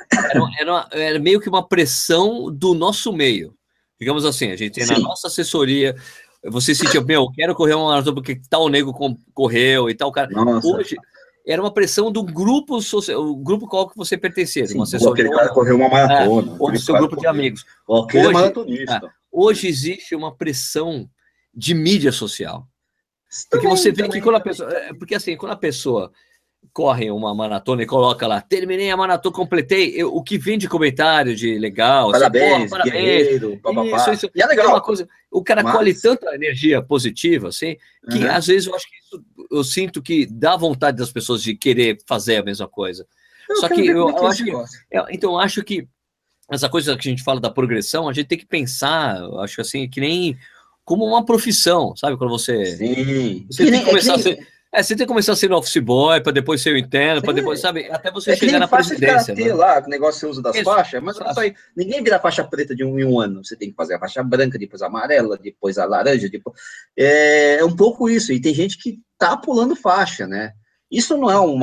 era meio que uma pressão do nosso meio. Digamos assim, a gente tem na nossa assessoria, você sentia, eu quero correr uma maratona porque tal nego correu e tal, cara. Nossa. Hoje era uma pressão do grupo social, o grupo qual que você pertencia, uma assessoria. Aquele cara correu uma maratona. Ou do seu grupo de amigos. Aquele maratonista. Hoje existe uma pressão de mídia social. Porque você vê que quando a pessoa. Porque assim, quando a pessoa corre uma maratona e coloca lá, terminei a maratona, completei, o que vem de comentário de legal, parabéns, assim, guerreiro, papapá. Isso. E é legal. Uma coisa, o cara colhe tanta energia positiva, assim, que às vezes eu acho que eu sinto que dá vontade das pessoas de querer fazer a mesma coisa. Só que eu acho que. Então, eu acho que essa coisa que a gente fala da progressão, a gente tem que pensar, eu acho assim, que nem como uma profissão, sabe? Quando você. Você tem que começar a ser. Você tem que começar a ser office boy, para depois ser o interno, para depois, sabe, até você chegar na presidência. Né? Lá, o negócio você usa das faixas, mas isso aí, ninguém vira faixa preta em um ano. Você tem que fazer a faixa branca, depois a amarela, depois a laranja, depois... É um pouco isso. E tem gente que tá pulando faixa, né? Isso não é uma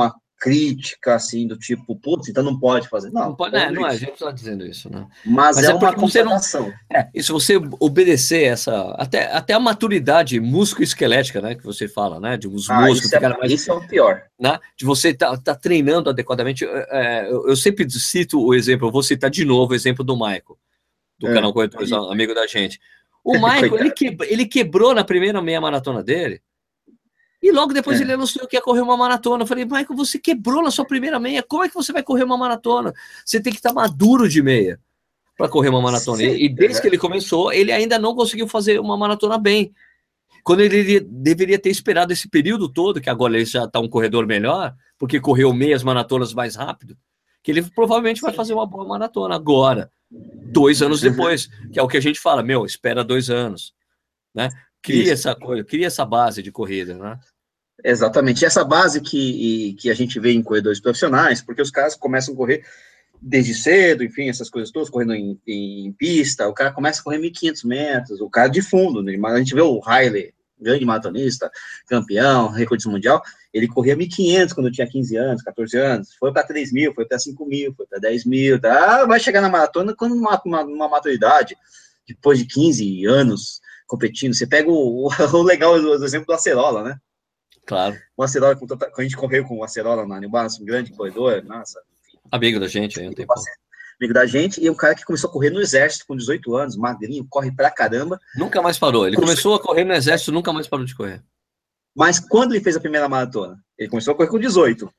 crítica, assim, do tipo, putz, então não pode fazer. Não pode, não é, a gente não está dizendo isso, né? Mas é uma constatação. E se você obedecer até a maturidade músculo-esquelética, né, que você fala, né, de os músculos ficarem mais... Isso é o pior. Né, de você tá treinando adequadamente. Eu sempre cito o exemplo, eu vou citar de novo o exemplo do Michael, do canal Corretores, amigo da gente. O Michael, ele quebrou na primeira meia maratona dele, e logo depois ele anunciou que ia correr uma maratona. Eu falei, Michael, você quebrou na sua primeira meia, como é que você vai correr uma maratona? Você tem que estar maduro de meia para correr uma maratona. Sim, e desde que ele começou, ele ainda não conseguiu fazer uma maratona bem. Quando ele deveria ter esperado esse período todo, que agora ele já está um corredor melhor, porque correu meias maratonas mais rápido, que ele provavelmente vai fazer uma boa maratona agora, 2 anos depois, que é o que a gente fala, espera 2 anos, né? Cria essa coisa, cria essa base de corrida, né? Exatamente, essa base que a gente vê em corredores profissionais, porque os caras começam a correr desde cedo, enfim, essas coisas todas, correndo em pista, o cara começa a correr 1.500 metros, o cara de fundo, né? Mas a gente vê o Haile, grande maratonista, campeão, recordista mundial, ele corria 1.500 quando tinha 15 anos, 14 anos, foi para 3.000, foi para 5.000, foi para 10.000, tá? Vai chegar na maratona quando uma maturidade, depois de 15 anos competindo, você pega o legal do exemplo do Acerola, né? Claro. O Acerola, quando a gente correu com o Acerola na Nibas, um grande corredor, nossa. Enfim, amigo da gente aí um tempo. Amigo da gente, e um cara que começou a correr no exército com 18 anos, magrinho, corre pra caramba. Nunca mais parou. Ele começou a correr no exército, nunca mais parou de correr. Mas quando ele fez a primeira maratona? Ele começou a correr com 18.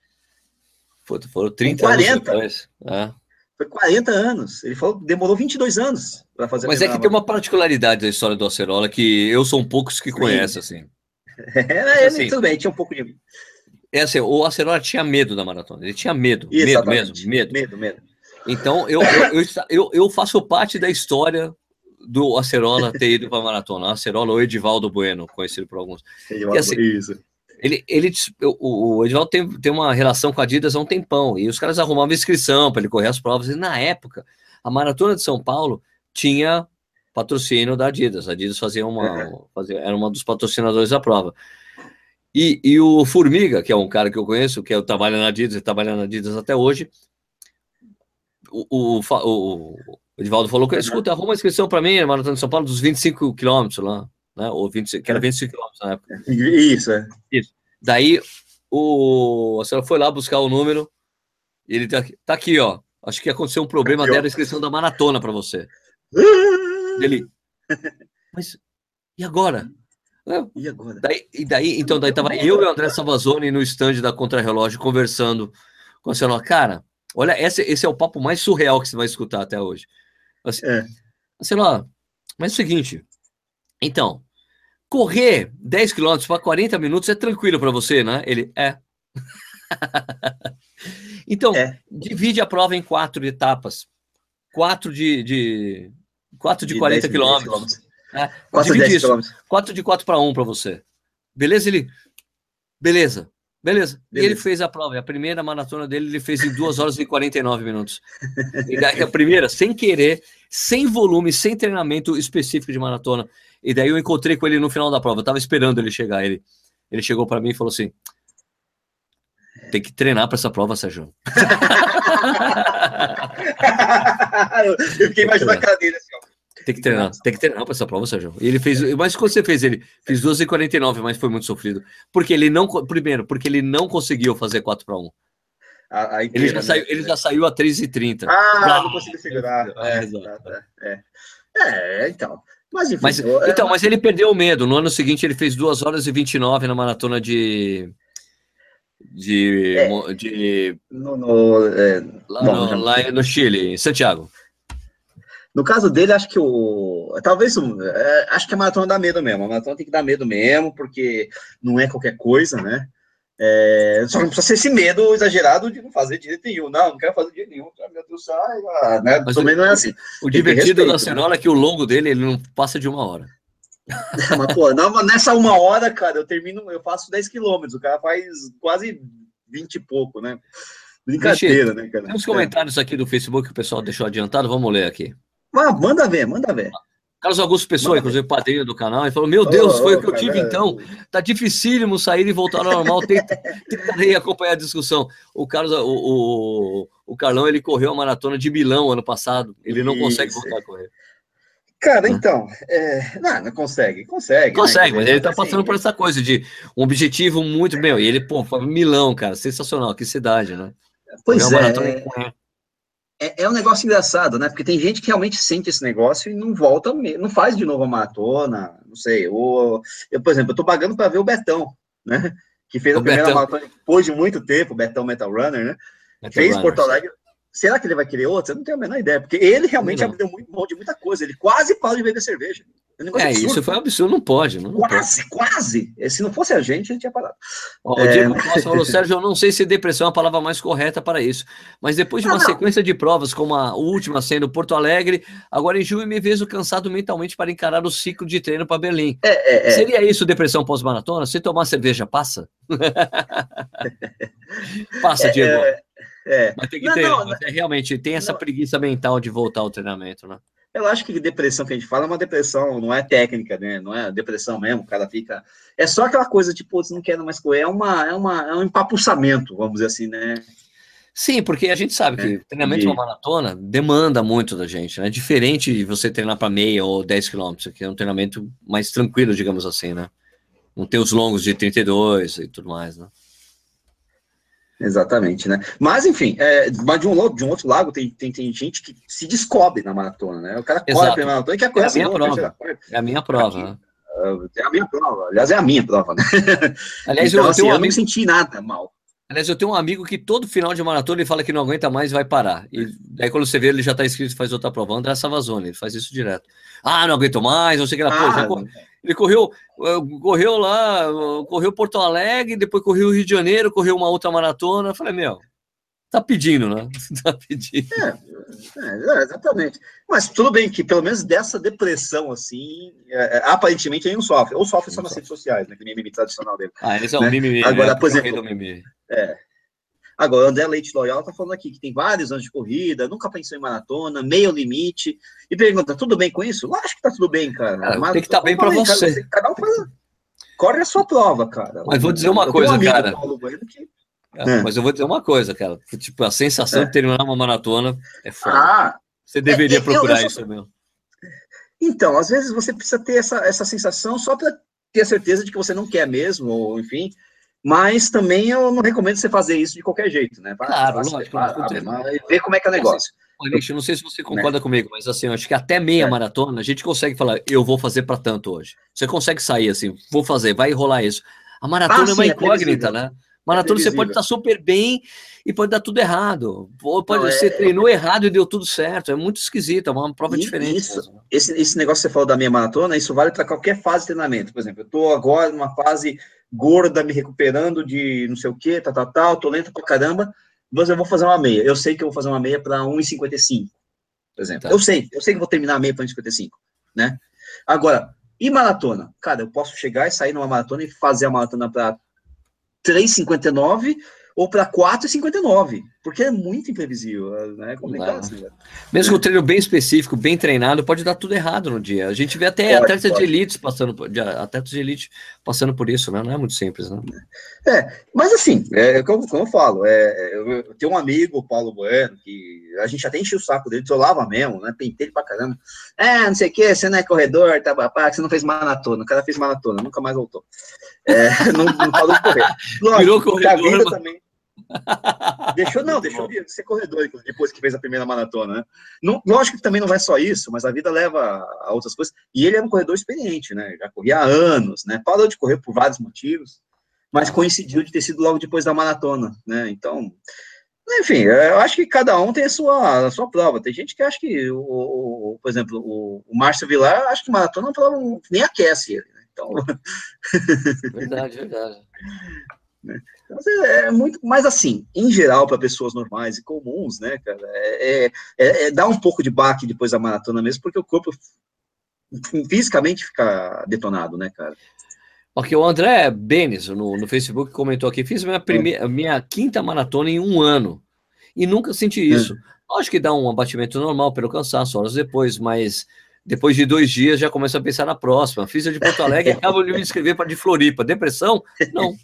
Foram 30 anos depois. Foi 40 anos. Ele falou, demorou 22 anos para fazer a Mas primeira tem uma particularidade da história do Acerola que eu sou um poucos que conhecem, assim. Ele tudo bem, tinha um pouco de... assim, o Acerola tinha medo da maratona. Ele tinha medo. Exatamente. Medo. Então, eu faço parte da história do Acerola ter ido para a maratona. Acerola ou Edivaldo Bueno, conhecido por alguns. Isso. O Edivaldo tem uma relação com a Adidas há um tempão, e os caras arrumavam inscrição para ele correr as provas, e na época, a Maratona de São Paulo tinha patrocínio da Adidas. A Adidas era uma dos patrocinadores da prova. E o Formiga, que é um cara que eu conheço, que trabalha na Adidas, e trabalha na Adidas até hoje, o Edivaldo falou que, escuta, arruma a inscrição para mim, na Maratona de São Paulo, dos 25 quilômetros lá, né? Ou 25, que era 25 quilômetros na época. Isso. Daí, a senhora foi lá buscar o número, e ele tá aqui, ó. Acho que aconteceu um problema da inscrição da maratona para você. Ele, mas e agora? E agora? Daí tava eu e o André Savazone no stand da Contrarrelógio conversando com a senhora. Cara, olha, esse é o papo mais surreal que você vai escutar até hoje. Assim, a senhora, mas é o seguinte, então, correr 10 quilômetros para 40 minutos é tranquilo para você, né? Ele, Então, divide a prova em 4 etapas. 4 de 40 quilômetros. 4 de 4 para 1 para você. Beleza? Ele, beleza. E ele fez a prova. A primeira maratona dele ele fez em 2 horas e 49 minutos. E daí a primeira, sem querer, sem volume, sem treinamento específico de maratona. E daí eu encontrei com ele no final da prova. Eu tava esperando ele chegar. Ele chegou para mim e falou assim: tem que treinar para essa prova, Sérgio. Eu fiquei imaginando a cara dele assim, ó. Tem que treinar para essa prova, Sérgio. E ele fez, mas quando você fez, ele fez 2h49, mas foi muito sofrido. Primeiro, porque ele não conseguiu fazer 4 para 1. Ele já saiu a 3h30. Não conseguiu segurar. Então. Mas enfim. Mas ele perdeu o medo. No ano seguinte, ele fez 2 horas e 29 na maratona lá no Chile, em Santiago. No caso dele, acho que acho que a maratona dá medo mesmo. A maratona tem que dar medo mesmo, porque não é qualquer coisa, né? Só não precisa ser esse medo exagerado de não fazer de jeito nenhum. Não quero fazer de jeito nenhum. Meu Deus, né? Mas também não é assim. O divertido da Acerola é que o longo dele, ele não passa de 1 hora. Mas, pô, nessa 1 hora, cara, eu faço 10 quilômetros. O cara faz quase 20 e pouco, né? Brincadeira, né, cara? Tem uns comentários aqui do Facebook que o pessoal deixou adiantado. Vamos ler aqui. Manda ver. Carlos Augusto Pessoa, Manda inclusive padrinho do canal, ele falou: Meu Deus, foi o que eu tive cara, então. Tá dificílimo sair e voltar ao normal. Tentarei acompanhar a discussão. O Carlos, o Carlão, ele correu a maratona de Milão ano passado. Ele não consegue isso. voltar a correr. Cara, Né? então, não consegue, né? Quer Consegue, dizer, mas ele tá assim, passando por essa coisa de um objetivo muito. Meu, e ele, pô, foi Milão, cara, sensacional, que cidade, né? Correu a pois maratona em é um negócio engraçado, né? Porque tem gente que realmente sente esse negócio e não volta, não faz de novo a maratona, não sei. Ou, por exemplo, eu tô pagando para ver o Betão, né? Que fez a primeira maratona depois de muito tempo, o Betão Metal Runner, né? Fez Porto Alegre. Será que ele vai querer outra? Eu não tenho a menor ideia, porque ele realmente abriu mão de muita coisa. Ele quase parou de beber cerveja. É um negócio absurdo. Isso foi um absurdo, não pode. Quase. Se não fosse a gente, ele tinha parado. O Diego Costa falou: Sérgio, eu não sei se depressão é a palavra mais correta para isso, mas depois de uma sequência de provas, como a última sendo Porto Alegre, agora em julho me vejo cansado mentalmente para encarar o ciclo de treino para Berlim. Seria isso depressão pós-maratona? Se tomar cerveja, passa? Passa, Diego. Mas tem que ter, realmente tem essa preguiça mental de voltar ao treinamento, né? Eu acho que depressão que a gente fala é uma depressão, não é técnica, né? Não é depressão mesmo, o cara fica... É só aquela coisa, tipo, você não quer mais correr, é um empapuçamento, vamos dizer assim, né? Sim, porque a gente sabe que treinamento de uma maratona demanda muito da gente, né? Diferente de você treinar para meia ou 10 quilômetros, que é um treinamento mais tranquilo, digamos assim, né? Não tem os longos de 32 e tudo mais, né? Exatamente, né? Mas, enfim, mas de um outro lado, tem gente que se descobre na maratona, né? O cara corre a maratona e quer correr a minha prova. É a minha prova, né? É a minha prova. Aliás, é a minha prova, né? Aliás, então, assim, eu não senti nada mal. Aliás, eu tenho um amigo que todo final de maratona ele fala que não aguenta mais e vai parar. E daí quando você vê, ele já tá inscrito e faz outra prova. André Savazone, ele faz isso direto. Ah, não aguento mais, não sei o que lá. Ele correu lá, correu Porto Alegre, depois correu Rio de Janeiro, correu uma outra maratona. Eu falei, meu, tá pedindo, né? Tá pedindo. Exatamente. Mas tudo bem que pelo menos dessa depressão, assim, aparentemente ele não sofre. Ou sofre só nas redes sociais, né? Que nem mimimi tradicional dele. Esse é um mimimi. Agora, por exemplo... Agora, o André Leite Loyal está falando aqui que tem vários anos de corrida, nunca pensou em maratona, meio limite, e pergunta, tudo bem com isso? Eu acho que tá tudo bem, cara. Tem que estar bem para você. Cada um corre a sua prova, cara. Mas vou dizer uma coisa, cara. Mas eu vou dizer uma coisa, cara. Tipo, a sensação de terminar uma maratona é foda. Você deveria procurar isso mesmo. Então, às vezes você precisa ter essa sensação só para ter a certeza de que você não quer mesmo, ou enfim... Mas também eu não recomendo você fazer isso de qualquer jeito, né? Claro, lógico. Ver como é que é o negócio. Eu não sei se você concorda comigo, mas assim, eu acho que até meia maratona a gente consegue falar, eu vou fazer para tanto hoje. Você consegue sair assim, vou fazer, vai rolar isso. A maratona é uma incógnita, né? Maratona você pode estar super bem e pode dar tudo errado. Você treinou errado e deu tudo certo. É muito esquisito, é uma prova diferente. Esse negócio que você falou da meia maratona, isso vale para qualquer fase de treinamento. Por exemplo, eu estou agora numa fase gorda, me recuperando de não sei o que, tô lento pra caramba, mas eu vou fazer uma meia. Eu sei que eu vou fazer uma meia para 1,55, por exemplo. Eu sei que vou terminar a meia para 1,55, né? Agora, e maratona? Cara, eu posso chegar e sair numa maratona e fazer a maratona para 3,59 ou para 4,59, porque é muito imprevisível, né? É complicado assim, né? Mesmo com um treino bem específico, bem treinado, pode dar tudo errado no dia. A gente vê até atletas de elite passando por isso, né? Não é muito simples, né? Mas assim, como eu falo, eu tenho um amigo, o Paulo Bueno, que a gente até encheu o saco dele, trollava mesmo, né? Pentei ele pra caramba. Não sei o que, você não é corredor, você não fez maratona. O cara fez maratona, nunca mais voltou. Não parou de correr. Lógico, virou corredor, também. Deixou de ser corredor depois que fez a primeira maratona, né? Lógico que também não vai só isso, mas a vida leva a outras coisas. E ele é um corredor experiente, né? Já corria há anos, né? Parou de correr por vários motivos, mas coincidiu de ter sido logo depois da maratona, né? Então, enfim, eu acho que cada um tem a sua prova. Tem gente que acha que, por exemplo, o Márcio Vilar, acho que maratona é uma prova nem aquece ele, né? Então... Verdade. É muito, mas assim, em geral, para pessoas normais e comuns, né, cara, dá um pouco de baque depois da maratona mesmo, porque o corpo fisicamente fica detonado, né, cara. Ok, o André Benes, no Facebook, comentou aqui, fiz minha quinta maratona em 1 ano, e nunca senti isso. Acho que dá um abatimento normal pelo cansaço, horas depois, mas Depois de 2 dias já começa a pensar na próxima. Fiz a de Porto Alegre e acabo de me inscrever para de Floripa. Depressão? Não.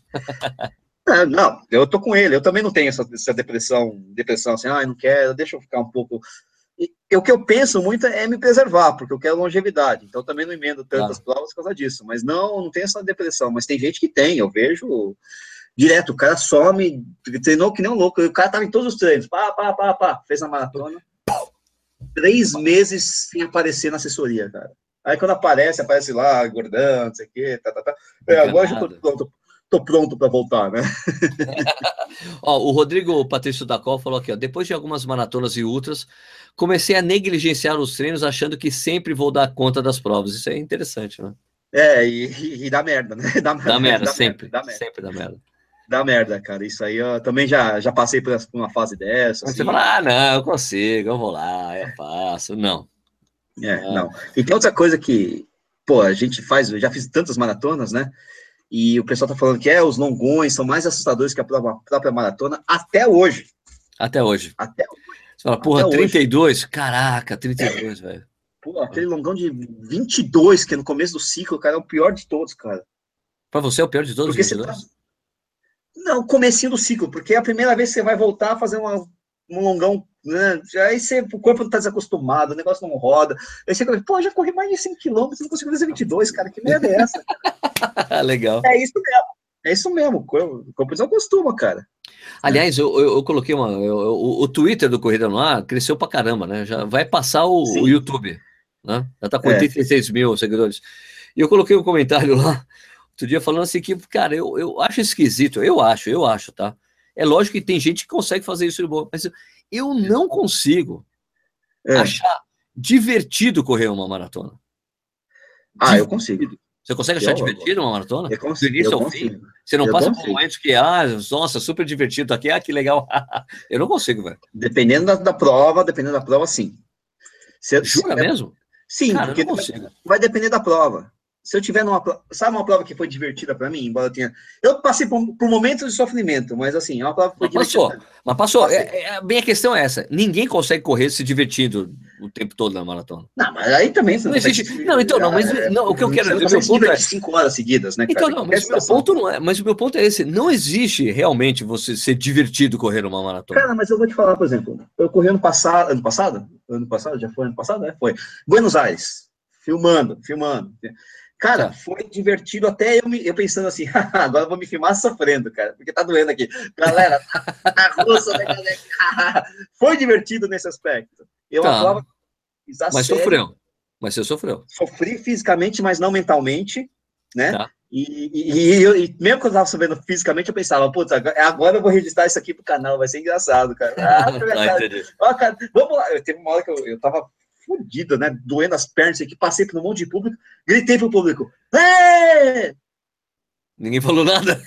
Não, eu tô com ele, eu também não tenho essa depressão assim, não quero, deixa eu ficar um pouco... E o que eu penso muito é me preservar, porque eu quero longevidade, então também não emendo tantas provas por causa disso, mas não tem essa depressão, mas tem gente que tem, eu vejo direto, o cara some, treinou que nem um louco, o cara tava em todos os treinos, fez a maratona, 3 meses sem aparecer na assessoria, cara. Aí quando aparece lá, gordão, não sei o quê, agora já tô pronto para voltar, né? Ó, o Rodrigo Patrício Dacol falou aqui, ó, depois de algumas maratonas e ultras, comecei a negligenciar os treinos achando que sempre vou dar conta das provas. Isso é interessante, né? E dá merda, né? Dá merda, sempre dá merda. Dá merda, cara. Isso aí eu também já passei por uma fase dessa. Assim. Você fala, não, eu consigo, eu vou lá, eu faço. Não. Não. E tem outra coisa que, pô, a gente faz, eu já fiz tantas maratonas, né? E o pessoal tá falando que os longões são mais assustadores que a própria maratona até hoje. Até hoje. Até hoje. Você fala, porra, 32? Hoje. Caraca, 32, velho. Pô, aquele longão de 22, que é no começo do ciclo, cara, é o pior de todos, cara. Pra você é o pior de todos, porque 22? Não, comecinho do ciclo, porque é a primeira vez que você vai voltar a fazer um longão, né? Aí o corpo não tá desacostumado, o negócio não roda. Aí você fala, pô, já corri mais de 100 km, não consigo fazer 22, cara, que merda é essa? Legal. É isso mesmo, o corpo desacostuma, cara. Aliás, eu coloquei o Twitter do Corrida no Ar cresceu pra caramba, né? Já vai passar o YouTube, né? Já tá com 86 mil seguidores. E eu coloquei um comentário lá, outro dia, falando assim que, cara, eu acho esquisito, eu acho, tá? É lógico que tem gente que consegue fazer isso de boa, mas eu não consigo achar divertido correr uma maratona. Eu consigo. Você consegue achar divertido uma maratona? Eu consigo. Do início ao fim? Você não passa por momentos que, nossa, super divertido aqui, que legal. Eu não consigo, velho. Dependendo da prova, sim. Jura mesmo? Sim, cara, porque vai depender da prova. Se eu tiver sabe uma prova que foi divertida para mim, embora eu tenha... Eu passei por momentos de sofrimento, mas assim, é uma prova que foi divertida. Mas passou. Bem, a questão é essa. Ninguém consegue correr se divertindo o tempo todo na maratona. Não, mas aí também... Não existe... Não, então, não, mas o que eu quero dizer... Você não 5 horas seguidas, né, cara? Então, não, mas o meu ponto não é... Mas o meu ponto é esse. Não existe realmente você ser divertido correr uma maratona. Cara, mas eu vou te falar, por exemplo, eu corri ano passado? Já foi ano passado? Foi. Buenos Aires. Filmando. Cara, foi divertido até eu pensando assim, agora eu vou me filmar sofrendo, cara, porque tá doendo aqui. Galera, a russa, né, galera? Foi divertido nesse aspecto. Mas sofreu. Mas você sofreu. Sofri fisicamente, mas não mentalmente, né? Tá. E mesmo que eu tava sofrendo fisicamente, eu pensava, putz, agora eu vou registrar isso aqui pro canal, vai ser engraçado, cara. Cara, vamos lá. Teve uma hora que eu tava fodido, né? Doendo as pernas aqui, passei por um monte de público, gritei pro público. Êêê! Ninguém falou nada.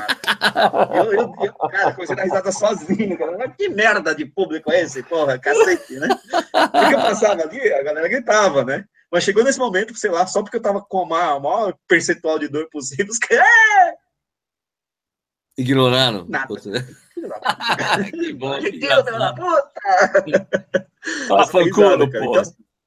Cara, comecei a dar risada sozinho, cara. Mas que merda de público é esse, porra? Cacete, né? Porque eu passava ali, a galera gritava, né? Mas chegou nesse momento, sei lá, só porque eu tava com o maior percentual de dor possível, os caras... Ignoraram? Nada. Que bom. Argentina, filho da puta! Fanculo, pô.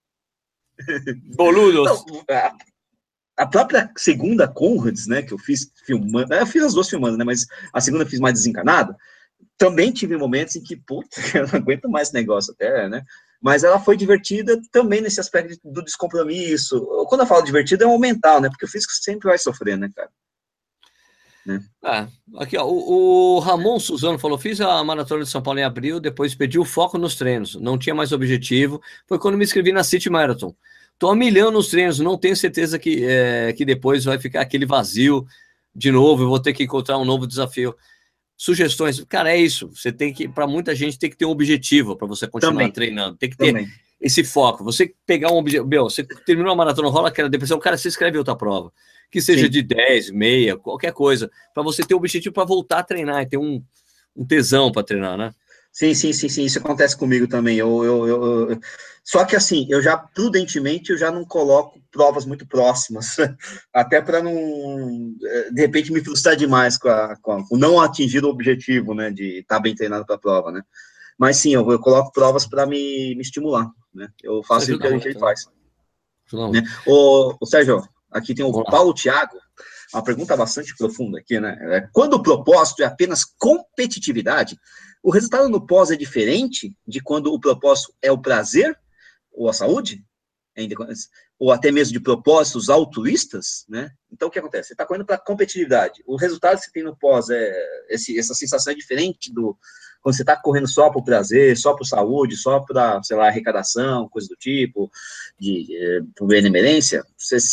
Boludos. A própria segunda Conrads, né, que eu fiz filmando, eu fiz as duas filmando, né, mas a segunda eu fiz mais desencanada, também tive momentos em que, puta, eu não aguento mais esse negócio até, né, mas ela foi divertida também nesse aspecto do descompromisso. Quando eu falo divertido, é o mental, né, porque o físico sempre vai sofrer, né, cara. Né? Aqui, ó, o Ramon Suzano falou, fiz a Maratona de São Paulo em abril, depois perdi o foco nos treinos, não tinha mais objetivo, foi quando me inscrevi na City Marathon. Tô a milhão nos treinos, não tenho certeza que depois vai ficar aquele vazio de novo, eu vou ter que encontrar um novo desafio. Sugestões, cara, é isso, você tem que, para muita gente, tem que ter um objetivo para você continuar treinando, tem que ter esse foco, você pegar um objetivo, você terminou a maratona, rola aquela depressão, cara, você escreve outra prova, que seja de 10, meia, qualquer coisa, para você ter um objetivo para voltar a treinar e ter um tesão para treinar, né? Sim, isso acontece comigo também. Só que assim, eu já prudentemente eu já não coloco provas muito próximas, até para não, de repente, me frustrar demais com não atingir o objetivo, né, de estar bem treinado para a prova, né? Mas sim, eu coloco provas para me estimular, né? Eu faço o que a gente faz. Né? O Sérgio, aqui tem o Paulo Thiago, uma pergunta bastante profunda aqui, né? Quando o propósito é apenas competitividade, o resultado no pós é diferente de quando o propósito é o prazer ou a saúde? Ou até mesmo de propósitos altruístas, né? Então, o que acontece? Você está correndo para competitividade. O resultado que você tem no pós essa sensação é diferente do quando você está correndo só por prazer, só por saúde, só para, sei lá, arrecadação, coisa do tipo, por benemerência.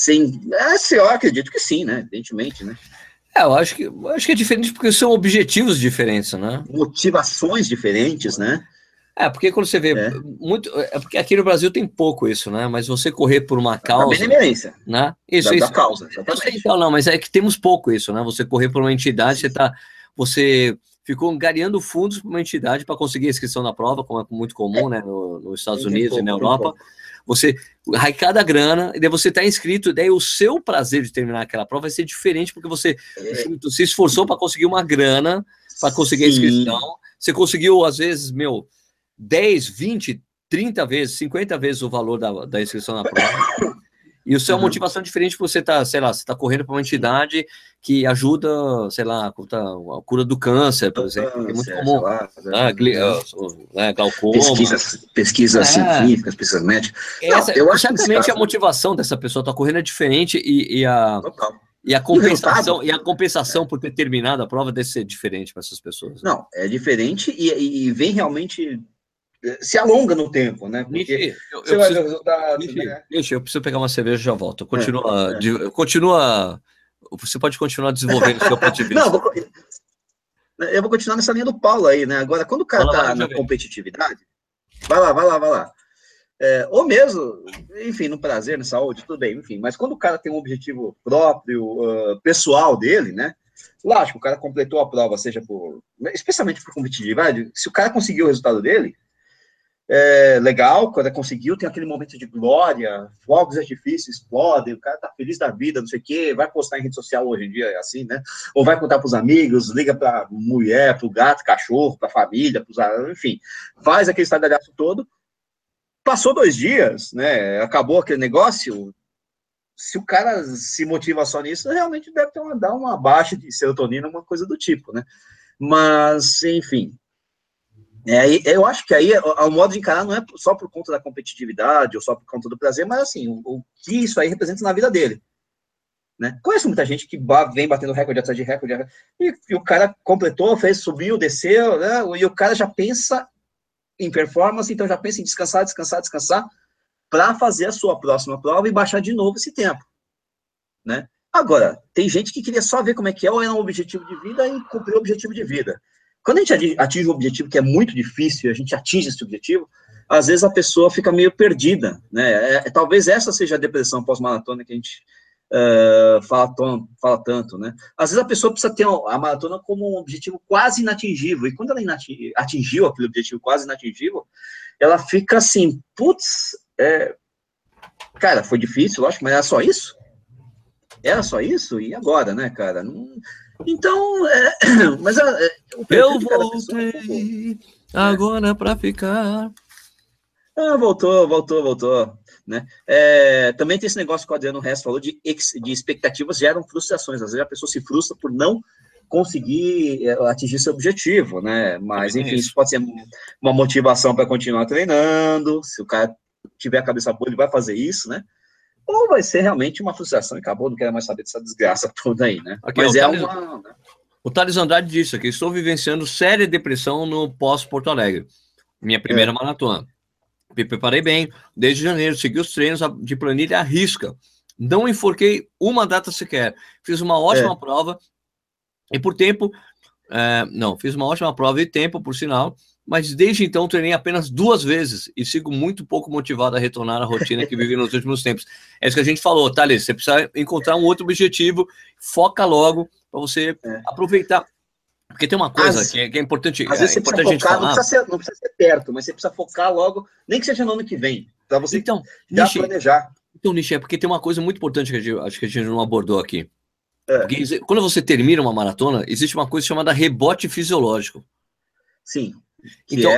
Eu acredito que sim, né? Evidentemente, né? Eu acho que é diferente porque são objetivos diferentes, né? Motivações diferentes, né? Porque quando você vê muito. É porque aqui no Brasil tem pouco isso, né? Mas você correr por uma causa. Da benemerência. Né? Isso. Da causa, exatamente. Eu sei, então, não, mas é que temos pouco isso, né? Você correr por uma entidade, você ficou angariando fundos para uma entidade para conseguir a inscrição na prova, como é muito comum, né? Nos Estados Unidos e na Europa. Você arrecada a grana, e daí você está inscrito, e daí o seu prazer de terminar aquela prova vai ser diferente, porque você se esforçou para conseguir uma grana, para conseguir a inscrição. Você conseguiu, às vezes, 10, 20, 30 vezes, 50 vezes o valor da inscrição na prova. E o seu motivação é diferente, porque você está, sei lá, você está correndo para uma entidade que ajuda, sei lá, a cura do câncer, por exemplo, que é muito comum. Glaucoma. Pesquisas científicas, pesquisas médicas. Eu acho certamente a motivação dessa pessoa está correndo é diferente e a compensação por ter terminado a prova deve ser diferente para essas pessoas. Não, é diferente e vem realmente... se alonga no tempo, né? Porque você vai ver o resultado. Eu preciso pegar uma cerveja e já volto. Continua. Você pode continuar desenvolvendo o seu ponto de vista. Não, eu vou continuar nessa linha do Paulo aí, né? Agora, quando o cara está na competitividade, vai lá. Ou mesmo, enfim, no prazer, na saúde, tudo bem, enfim. Mas quando o cara tem um objetivo próprio, pessoal dele, né? Lógico, o cara completou a prova, especialmente por competitividade, se o cara conseguiu o resultado dele, legal, quando conseguiu, tem aquele momento de glória, fogos de artifício explodem, o cara tá feliz da vida, não sei o quê, vai postar em rede social hoje em dia, é assim, né? Ou vai contar pros amigos, liga pra mulher, pro gato, cachorro, pra família, enfim, faz aquele estardalhaço todo. Passou 2 dias, né? Acabou aquele negócio. Se o cara se motiva só nisso, realmente deve dar uma baixa de serotonina, uma coisa do tipo, né? Mas, enfim... eu acho que aí o modo de encarar não é só por conta da competitividade ou só por conta do prazer, mas assim, o que isso aí representa na vida dele, né? Conheço muita gente que vem batendo recorde atrás de recorde, e o cara completou, subiu, desceu, né? E o cara já pensa em performance, então já pensa em descansar, para fazer a sua próxima prova e baixar de novo esse tempo, né? Agora, tem gente que queria só ver como é que ou era um objetivo de vida e cumprir o objetivo de vida. Quando a gente atinge um objetivo que é muito difícil, a gente atinge esse objetivo, às vezes a pessoa fica meio perdida, né? Talvez essa seja a depressão pós-maratona que a gente fala tanto, né? Às vezes a pessoa precisa ter a maratona como um objetivo quase inatingível, e quando ela atingiu aquele objetivo quase inatingível, ela fica assim, putz, cara, foi difícil, lógico, mas era só isso? Era só isso? E agora, né, cara? Então, mas eu voltei agora para ficar. Voltou, né? Também tem esse negócio que o Adriano Hess falou de expectativas geram frustrações. Às vezes a pessoa se frustra por não conseguir atingir seu objetivo, né? Mas, enfim, isso pode ser uma motivação para continuar treinando. Se o cara tiver a cabeça boa, ele vai fazer isso, né? Ou vai ser realmente uma frustração e acabou, não quero mais saber dessa desgraça toda aí, né? Aqui, mas o Thales Andrade disse aqui: estou vivenciando séria depressão no pós-Porto Alegre. Minha primeira maratona. Me preparei bem, desde janeiro, segui os treinos de planilha à risca. Não enforquei uma data sequer. Fiz uma ótima prova e por tempo... fiz uma ótima prova e tempo, por sinal, mas desde então treinei apenas 2 vezes e sigo muito pouco motivado a retornar à rotina que vivi nos últimos tempos. É isso que a gente falou, Thales, você precisa encontrar um outro objetivo, foca logo para você aproveitar. Porque tem uma coisa que é importante. Às vezes você precisa focar, não precisa ser perto, mas você precisa focar logo, nem que seja no ano que vem, para você já planejar. Então, Nishi, porque tem uma coisa muito importante que acho que a gente não abordou aqui. Porque quando você termina uma maratona, existe uma coisa chamada rebote fisiológico. Sim.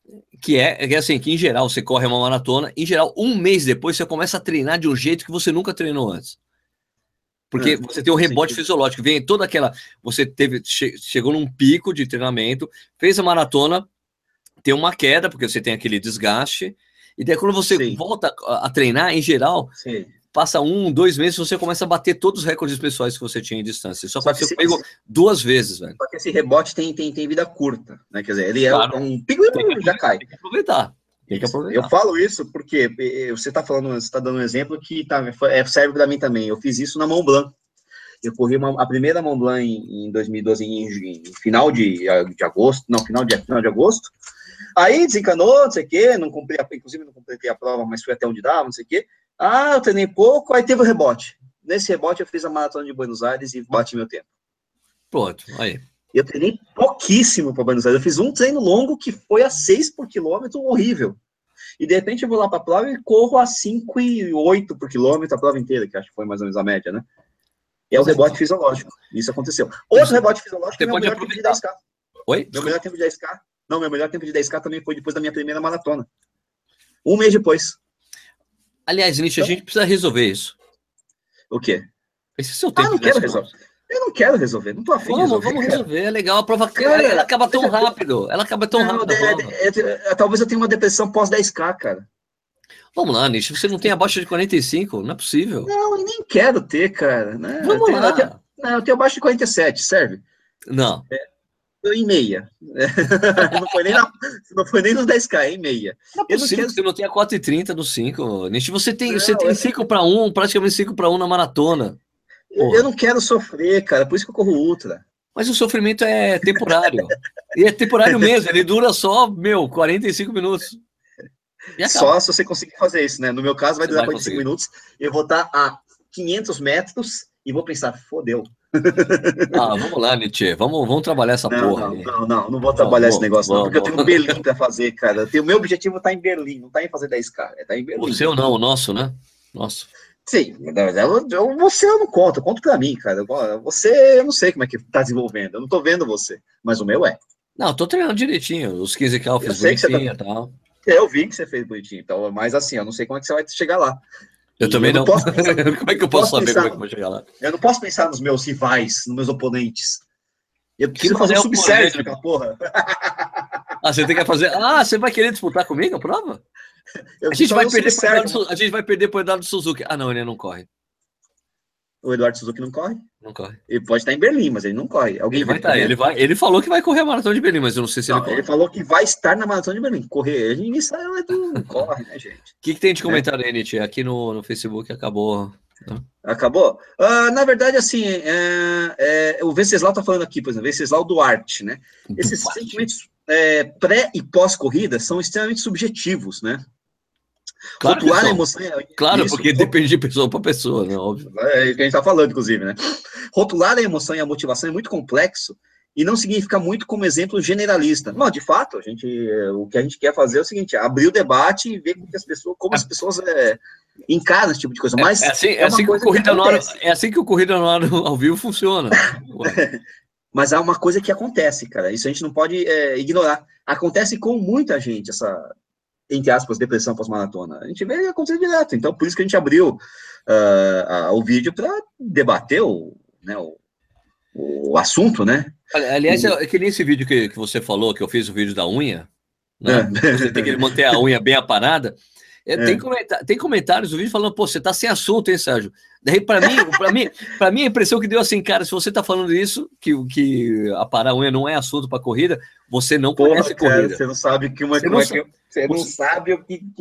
Que é assim, que em geral você corre uma maratona, em geral, um mês depois você começa a treinar de um jeito que você nunca treinou antes. Porque você tem um rebote fisiológico, vem toda aquela. Você chegou num pico de treinamento, fez a maratona, tem uma queda, porque você tem aquele desgaste, e daí quando você volta a treinar, em geral, passa 1, 2 meses, você começa a bater todos os recordes pessoais que você tinha em distância. Só que você pegou 2 vezes, velho. Só que esse rebote tem vida curta, né? Quer dizer, ele é um pico e já cai. Tem que aproveitar. Eu falo isso porque você está dando um exemplo que serve para mim também. Eu fiz isso na Mont Blanc. Eu corri a primeira Mont Blanc em 2012, em final de agosto. Não, final de agosto. Aí desencanou, não sei o quê, inclusive não completei a prova, mas fui até onde dava, não sei o quê. Eu treinei pouco, aí teve o rebote. Nesse rebote eu fiz a maratona de Buenos Aires e bati meu tempo. Pronto, aí. Eu treinei pouquíssimo para Buenos Aires. Eu fiz um treino longo que foi a 6 por quilômetro, horrível. E de repente eu vou lá para a prova e corro a 5,8 por quilômetro, a prova inteira, que acho que foi mais ou menos a média, né? E é o rebote fisiológico. Isso aconteceu. Outro rebote fisiológico é o meu melhor tempo de 10K. Oi? Meu melhor tempo de 10K. Não, meu melhor tempo de 10K também foi depois da minha primeira maratona. Um mês depois. Aliás, Nietzsche, a gente precisa resolver isso. O quê? Esse é o seu tempo. Não quero resolver. Eu não quero resolver, não tô afim de resolver. Vamos resolver, é legal. A prova ela acaba tão rápido. Ela acaba tão rápido. Talvez eu tenha uma depressão pós 10K, cara. Vamos lá, Nietzsche. Você não tem abaixo de 45? Não é possível. Não, eu nem quero ter, cara. Né? Vamos lá. Eu tenho abaixo de 47, serve? Não. Em meia. Não foi nem no 10K, em meia. Não é possível que você não tenha 4,30 no 5. Nietzsche, você tem 5 para 1, praticamente 5 para 1 na maratona. Eu não quero sofrer, cara, por isso que eu corro ultra. Mas o sofrimento é temporário. E é temporário mesmo, ele dura só, 45 minutos. Só se você conseguir fazer isso, né? No meu caso vai durar 45 minutos, eu vou estar a 500 metros e vou pensar, fodeu. Vamos lá, Nietzsche, vamos trabalhar essa porra. Não vou trabalhar esse negócio, não, porque eu tenho um Berlim para fazer, cara. O meu objetivo tá em Berlim, não tá em fazer 10K, tá em Berlim. O seu não, o nosso, né? Nosso. Sim, você eu não conto, eu conto pra mim, cara. Você, eu não sei como é que tá desenvolvendo, eu não tô vendo você, mas o meu é. Não, eu tô treinando direitinho, os 15K eu fiz bonitinho e tal. Eu vi que você fez bonitinho, então, mas assim, eu não sei como é que você vai chegar lá. Eu também não. Como é que eu posso saber como é que eu vou chegar lá? Eu não posso pensar nos meus rivais, nos meus oponentes. Eu preciso fazer um subsérvio naquela porra. Você tem que fazer... você vai querer disputar comigo a prova? A gente vai perder pro Eduardo Suzuki. Não, ele não corre. O Eduardo Suzuki não corre? Não corre. Ele pode estar em Berlim, mas ele não corre. Ele vai estar, ele falou que vai correr a maratona de Berlim, mas eu não sei se ele corre. Ele falou que vai estar na maratona de Berlim. Correr, ninguém sabe, não corre, né, gente? O que tem de comentário aí, Nietzsche? Aqui no Facebook acabou. Acabou? Na verdade, assim, o Venceslau tá falando aqui, por exemplo, Venceslau Duarte, né? Esses sentimentos pré e pós-corrida são extremamente subjetivos, né? Claro, rotular a emoção claro, isso, porque depende de pessoa para pessoa, né? Óbvio. É o que a gente tá falando, inclusive, né? Rotular a emoção e a motivação é muito complexo e não significa muito como exemplo generalista. Não, de fato, o que a gente quer fazer é o seguinte: abrir o debate e ver como as pessoas encaram esse tipo de coisa. Mas é assim que o Corrida no Ar ao vivo funciona. Mas há uma coisa que acontece, cara. Isso a gente não pode ignorar. Acontece com muita gente, essa, entre aspas, depressão pós-maratona. A gente vê acontecer direto. Então, por isso que a gente abriu o vídeo para debater o assunto, né? Aliás, é que nem esse vídeo que você falou, que eu fiz o vídeo da unha, né? Você tem que manter a unha bem aparada. Tem comentários do vídeo falando, pô, você tá sem assunto, hein, Sérgio? Daí, pra mim, a impressão que deu assim, cara, se você tá falando isso, que aparar a unha não é assunto pra corrida, você não conhece corrida. Você não sabe você não sabe o que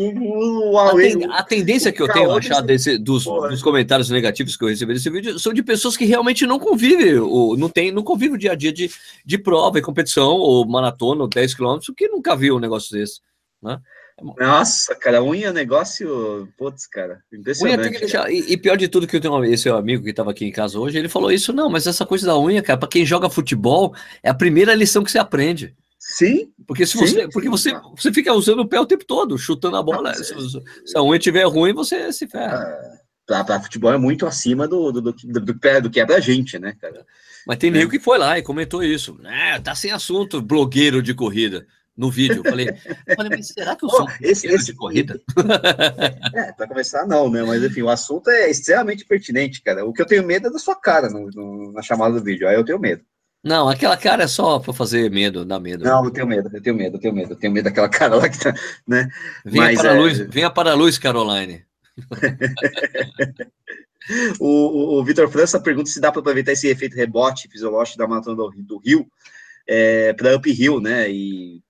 a tendência que eu tenho achado dos comentários negativos que eu recebi desse vídeo são de pessoas que realmente não convivem, não convivem o dia a dia de prova e competição, ou maratona, ou 10 km, que nunca viu um negócio desse, né? Nossa, cara, unha é um negócio, putz, cara, impressionante. Unha tem que deixar, e pior de tudo que eu tenho esse amigo que estava aqui em casa hoje, ele falou isso, não, mas essa coisa da unha, cara, para quem joga futebol, é a primeira lição que você aprende. Sim. Porque você fica usando o pé o tempo todo, chutando a bola. Se a unha estiver ruim, você se ferra. Pra futebol é muito acima do que é pra gente, né, cara? Mas tem nego que foi lá e comentou isso. Tá sem assunto, blogueiro de corrida. no vídeo. Eu falei, mas será que eu sou medo de corrida? Para começar, não, né? Mas enfim, o assunto é extremamente pertinente, cara. O que eu tenho medo é da sua cara na chamada do vídeo. Aí eu tenho medo. Não, aquela cara é só para fazer medo, dar medo. Não, eu tenho medo. Eu tenho medo daquela cara lá que tá, né? Venha para a luz, Caroline. O Vitor França pergunta se dá para aproveitar esse efeito rebote fisiológico da maratona do Rio para uphill, né? E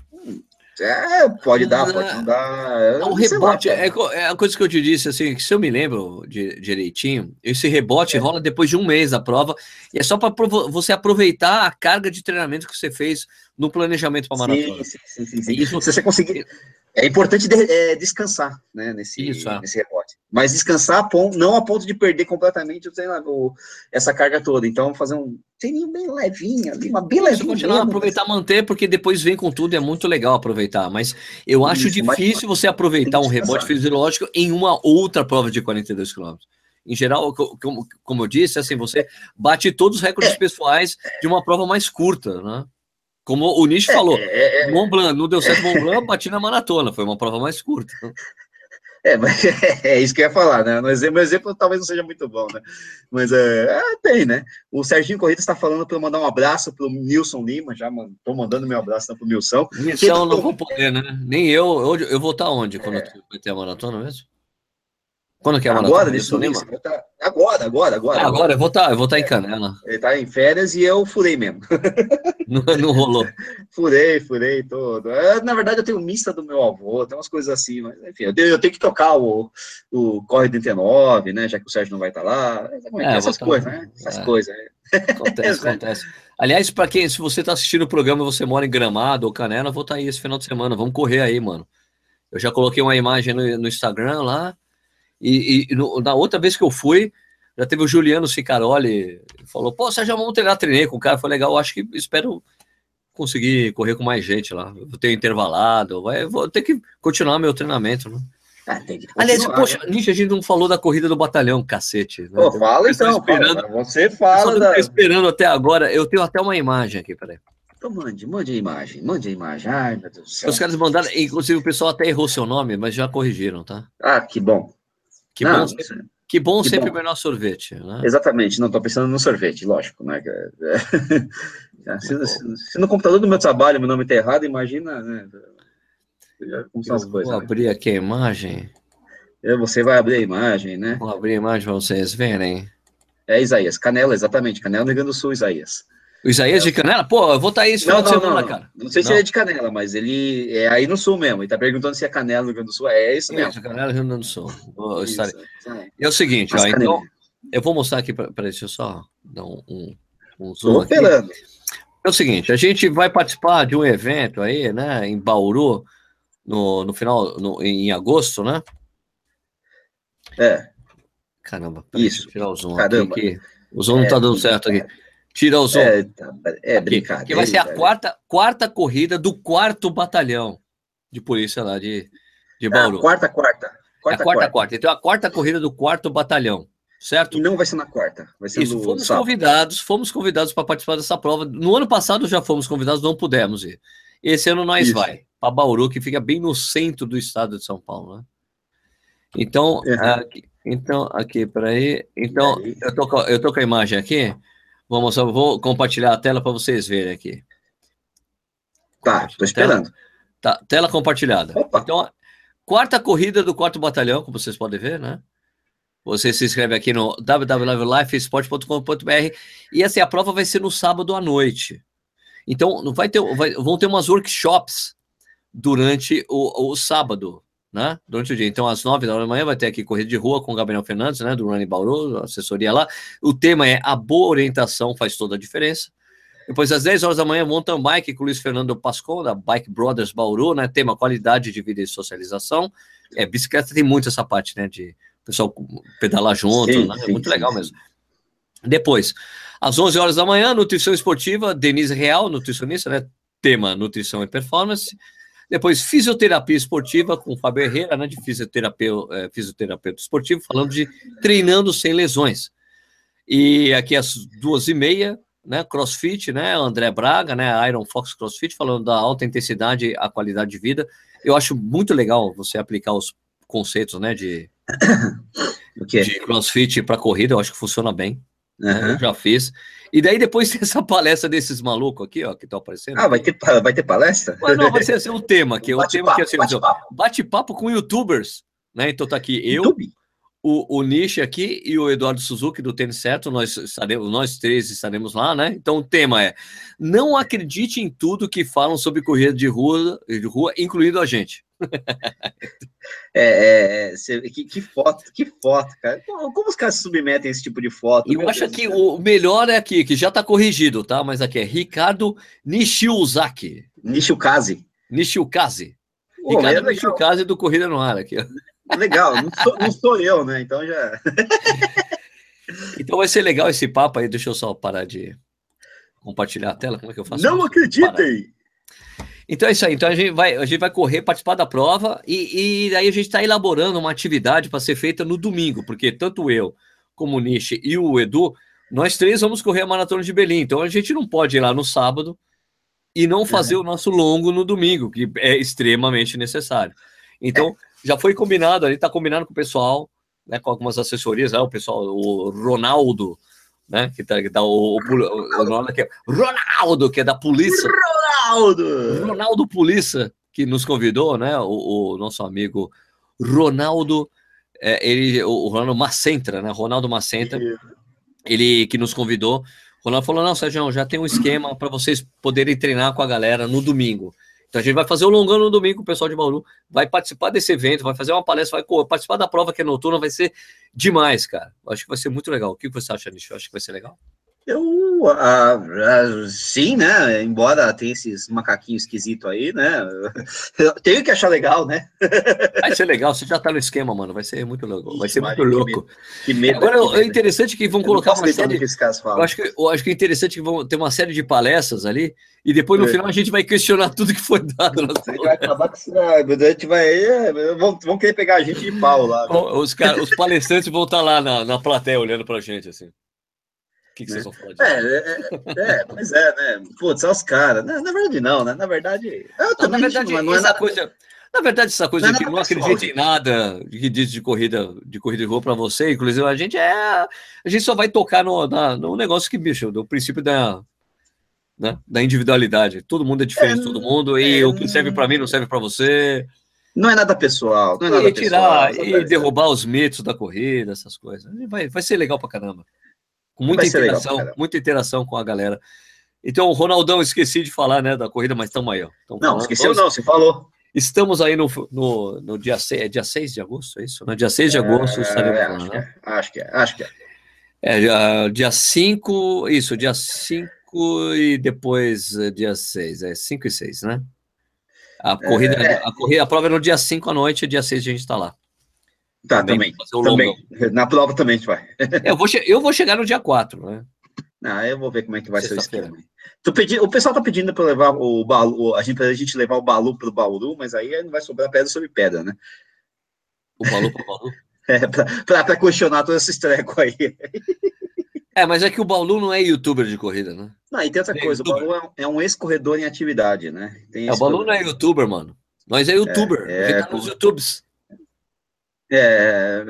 pode dar, pode não dar. O rebote é a coisa que eu te disse, assim, que se eu me lembro direitinho, esse rebote rola depois de um mês da prova, e é só para você aproveitar a carga de treinamento que você fez no planejamento para a maratona. Sim. Isso, se você conseguir. É importante descansar, né, nesse rebote. Mas descansar não a ponto de perder completamente essa carga toda. Então, fazer um treininho bem levinho ali, bem levinho. Continuar, aproveitar, manter, porque depois vem com tudo, é muito legal aproveitar. Mas eu acho difícil você aproveitar um rebote fisiológico em uma outra prova de 42 km. Em geral, como eu disse, assim, você bate todos os recordes pessoais de uma prova mais curta, né? Como o Nish falou, Mont Blanc, não deu certo Mont Blanc, bati na maratona, foi uma prova mais curta. Mas é isso que eu ia falar, né? Meu exemplo talvez não seja muito bom, né? Mas tem, né? O Serginho Corrida está falando para eu mandar um abraço para o Nilson Lima, já estou mandando meu abraço para o Nilson. Nilson, não vou poder, né? Nem eu vou estar onde quando vai ter a maratona mesmo? Quando que é a maratona? Agora, Agora eu vou estar em Canela. Ele tá em férias e eu furei mesmo. Não rolou. Furei todo. Na verdade, eu tenho missa do meu avô, tem umas coisas assim, mas enfim, eu tenho que tocar o Corre 39, né? Já que o Sérgio não vai estar lá. Essas coisas, né? Essas coisas. Acontece. Aliás, se você está assistindo o programa e você mora em Gramado ou Canela, eu vou estar aí esse final de semana. Vamos correr aí, mano. Eu já coloquei uma imagem no Instagram lá. Na outra vez que eu fui, já teve o Juliano Cicaroli, falou, pô, Sérgio, vamos treinei com o cara, foi legal, eu acho que espero conseguir correr com mais gente lá, vou ter intervalado, vou ter que continuar meu treinamento, né? Aliás, poxa, Nish, a gente não falou da corrida do batalhão, cacete. Né? Pô, fala então, você fala. Tá esperando até agora, eu tenho até uma imagem aqui, peraí. Então mande a imagem. Ai, meu Deus do céu. Os caras mandaram, inclusive o pessoal até errou seu nome, mas já corrigiram, tá? Ah, que bom. Que bom sempre o menor sorvete, né? Exatamente, não, estou pensando no sorvete, lógico, né? Se no computador do meu trabalho meu nome está errado, imagina, né? Como são as coisas. Vou abrir aqui a imagem. Você vai abrir a imagem, né? Vou abrir a imagem para vocês verem. É Isaías, Canela, exatamente, Canela, no Rio Grande do Sul, Isaías. O Isaías de Canela? Pô, eu vou estar aí esse final de semana, cara. Não sei se ele é de Canela, mas ele é aí no Sul mesmo. Ele tá perguntando se é Canela no Rio Grande do Sul. É isso mesmo. Isso, Canela, Rio Grande do Sul. É o seguinte, ó, então, eu vou mostrar aqui, deixa eu só dar um zoom aqui. É o seguinte, a gente vai participar de um evento aí, né, em Bauru, no final, em agosto, né? Caramba, isso. Tirar o zoom aqui. O zoom não tá dando certo aqui. Tira o zoom. Brincadeira. Que vai ser a quarta corrida do 4º Batalhão de Polícia lá de Bauru. Quarta. Então, a 4ª corrida do 4º Batalhão, certo? E não vai ser na quarta. Vai ser Isso, fomos convidados para participar dessa prova. No ano passado já fomos convidados, não pudemos ir. Esse ano nós vai para Bauru, que fica bem no centro do estado de São Paulo, né? Então, aqui, peraí. Então, eu tô com a imagem aqui. Vou compartilhar a tela para vocês verem aqui. Tá, tô esperando. Tela compartilhada. Opa. Então, 4ª corrida do 4º Batalhão, como vocês podem ver, né? Você se inscreve aqui no www.lifesport.com.br e essa prova vai ser no sábado à noite. Então, vão ter umas workshops durante o sábado, né? Durante o dia. Então, às 9 da manhã vai ter aqui corrida de rua com o Gabriel Fernandes, né? Do Running Bauru, assessoria lá. O tema é a boa orientação faz toda a diferença. Depois, às 10 horas da manhã, mountain bike com o Luiz Fernando Pascon, da Bike Brothers Bauru, né? Tema qualidade de vida e socialização. Bicicleta tem muito essa parte, né? De o pessoal pedalar junto, né? É muito legal mesmo. Depois, às 11 horas da manhã, nutrição esportiva, Denise Real, nutricionista, né? Tema nutrição e performance. Depois, fisioterapia esportiva com o Fábio Herrera, né? De fisioterapeuta esportivo, falando de treinando sem lesões. E aqui às 2h30, né? CrossFit, né? André Braga, né? Iron Fox CrossFit, falando da alta intensidade, a qualidade de vida. Eu acho muito legal você aplicar os conceitos, né? De CrossFit para corrida, eu acho que funciona bem. Né? Eu já fiz. E daí depois tem essa palestra desses malucos aqui, ó, que estão aparecendo. Vai ter palestra? Mas não, vai ser assim, o tema aqui. O tema que é assim, bate-papo com youtubers, né? Então tá aqui YouTube. o Nishi aqui e o Eduardo Suzuki do Tênis Certo, nós três estaremos lá, né? Então o tema é: não acredite em tudo que falam sobre corrida de rua incluindo a gente. Que foto, cara. Como os caras se submetem a esse tipo de foto? Eu acho que o melhor é aqui, que já está corrigido, tá? Mas aqui é Ricardo Nishiuzaki. Nishiukaze. Ricardo Nishiukaze do Corrida no Ar aqui, ó. Legal, não sou eu, né? Então já. Então vai ser legal esse papo aí. Deixa eu só parar de compartilhar a tela. Como é que eu faço? Não acreditem! Então é isso aí. Então a gente vai correr, participar da prova e daí a gente está elaborando uma atividade para ser feita no domingo, porque tanto eu como o Nishi e o Edu, nós três vamos correr a Maratona de Berlim. Então a gente não pode ir lá no sábado e não fazer o nosso longo no domingo, que é extremamente necessário. Então já foi combinado ali, está combinado com o pessoal, né, com algumas assessorias, o pessoal, o Ronaldo, né, que tá o nome aqui, Ronaldo, que é da polícia. Ronaldo Polícia, que nos convidou, né, o nosso amigo Ronaldo, o Ronaldo Macentra, né, Ronaldo Macentra, ele que nos convidou. O Ronaldo falou: não, Sérgio, já tem um esquema para vocês poderem treinar com a galera no domingo. Então a gente vai fazer o longão no domingo, o pessoal de Bauru vai participar desse evento, vai fazer uma palestra, vai participar da prova que é noturna, vai ser demais, cara. Acho que vai ser muito legal. O que você acha, Nishi? Eu acho que vai ser legal. Sim, né? Embora tenha esses macaquinhos esquisitos aí, né? Eu tenho que achar legal, né? Vai ser legal, você já tá no esquema, mano. Vai ser muito legal. Vai ser muito louco. Que medo. Agora, é interessante que vão colocar uma série. Eu acho que é interessante que vão ter uma série de palestras ali, e depois no final a gente vai questionar tudo que foi dado. Você vai acabar com isso. A gente vai. Vão querer pegar a gente de pau lá. Os palestrantes vão estar lá na plateia olhando pra gente, assim. O que vocês vão falar disso? Pois é, né? Putz, são os caras. Na verdade, não, né? Na verdade. Na verdade, essa coisa que não acredita em nada que diz de corrida de rua para você, inclusive a gente só vai tocar no negócio que, bicho, do princípio da individualidade. Todo mundo é diferente de todo mundo, e o que serve para mim não serve para você. Não é nada pessoal. Não é nada tirar pessoal, e derrubar os mitos da corrida, essas coisas. Vai ser legal pra caramba. Com muita interação com a galera. Então, Ronaldão, esqueci de falar, né, da corrida, mas estamos aí, ó. Não, esqueceu não, você falou. Estamos aí no dia 6, dia 6 de agosto, é isso? No dia 6 de agosto estaremos lá, né? Acho que é. Dia 5, isso, dia 5 e depois dia 6, 5 e 6, né? A prova é no dia 5 à noite, e dia 6 a gente está lá. Tá, também. Na prova também a gente vai. Eu vou chegar no dia 4, né? Eu vou ver como é que vai ser o esquema. O pessoal tá pedindo para levar o Balu, a gente levar o Balu pro Bauru, mas aí não vai sobrar pedra sobre pedra, né? O Balu pro Bauru? Para questionar todo esse treco aí. Mas é que o Balu não é youtuber de corrida, né? Não, e tem outra coisa, o Balu é um ex-corredor em atividade, né? O Balu não é youtuber, mano. Nós é youtuber, a gente tá nos YouTubes. É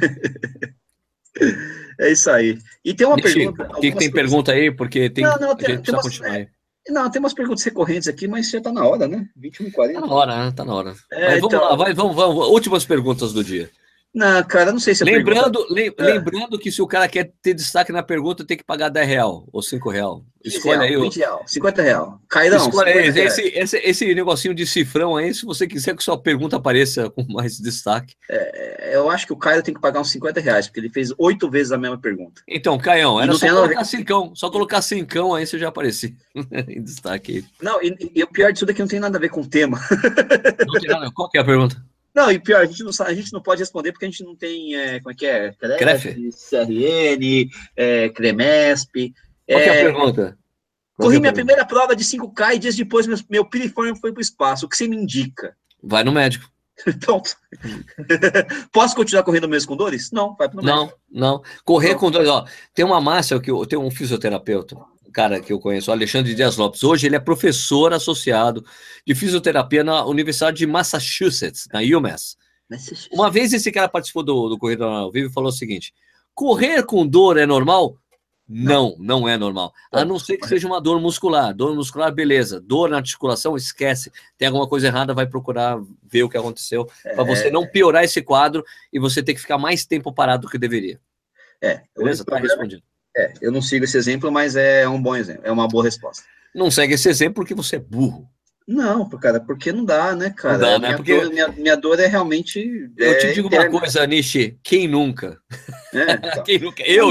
isso aí. E tem uma pergunta. O que tem pergunta aí? Porque tem. A gente precisa continuar aí. Não, tem umas perguntas recorrentes aqui, mas já tá na hora, né? 21h40. Tá na hora. Mas vamos lá, vamos. Últimas perguntas do dia. Não, cara, não sei se lembrando que se o cara quer ter destaque na pergunta, tem que pagar R$10 ou R$5. Escolhe aí. R$20, R$50. Cairão, escolhe aí. Esse negocinho de cifrão aí, se você quiser que sua pergunta apareça com mais destaque. Eu acho que o Caio tem que pagar uns R$50, porque ele fez 8 vezes a mesma pergunta. Então, Caião, era só colocar 5 aí, você já aparecia em destaque aí. Não, e o pior disso daqui não tem nada a ver com o tema. Não tem nada. Qual que é a pergunta? Não, e pior, a gente não pode responder porque a gente não tem, como é que é? CREF, CRN, CREMESP. Qual que é a pergunta? Corri minha primeira prova de 5K e dias depois meu piriforme foi para o espaço. O que você me indica? Vai no médico. Pronto. Posso continuar correndo mesmo com dores? Não, vai pro médico. Não. Correr com dores, ó. Tem uma máxima que tem um fisioterapeuta, cara que eu conheço, o Alexandre Dias Lopes. Hoje ele é professor associado de fisioterapia na Universidade de Massachusetts, na UMass. Uma vez esse cara participou do Corrida ao Vivo e falou o seguinte: correr com dor é normal? Não, não é normal. A não ser que seja uma dor muscular. Dor muscular, beleza. Dor na articulação, esquece. Tem alguma coisa errada, vai procurar ver o que aconteceu, para você não piorar esse quadro e você ter que ficar mais tempo parado do que deveria. Beleza? Tá respondido. Eu não sigo esse exemplo, mas é um bom exemplo. É uma boa resposta. Não segue esse exemplo porque você é burro. Não, cara, porque não dá, né, cara? Não dá, né? Minha dor é realmente. Eu te digo uma coisa, Nishi, quem nunca? Então, quem nunca? Eu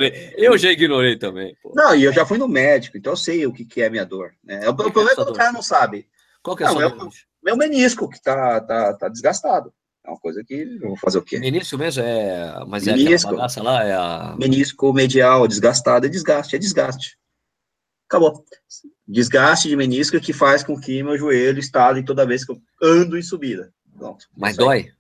já ignorei também. Pô. Não, e eu já fui no médico, então eu sei o que é a minha dor. Né? O problema é quando o cara não sabe. Qual que é a sua dor? Meu menisco, que tá desgastado. É uma coisa que eu vou fazer o quê? Menisco mesmo? Mas menisco, é aquela bagaça lá? Menisco medial desgastado, é desgaste. Acabou. Desgaste de menisco que faz com que meu joelho estale toda vez que eu ando em subida. Pronto. Mas dói?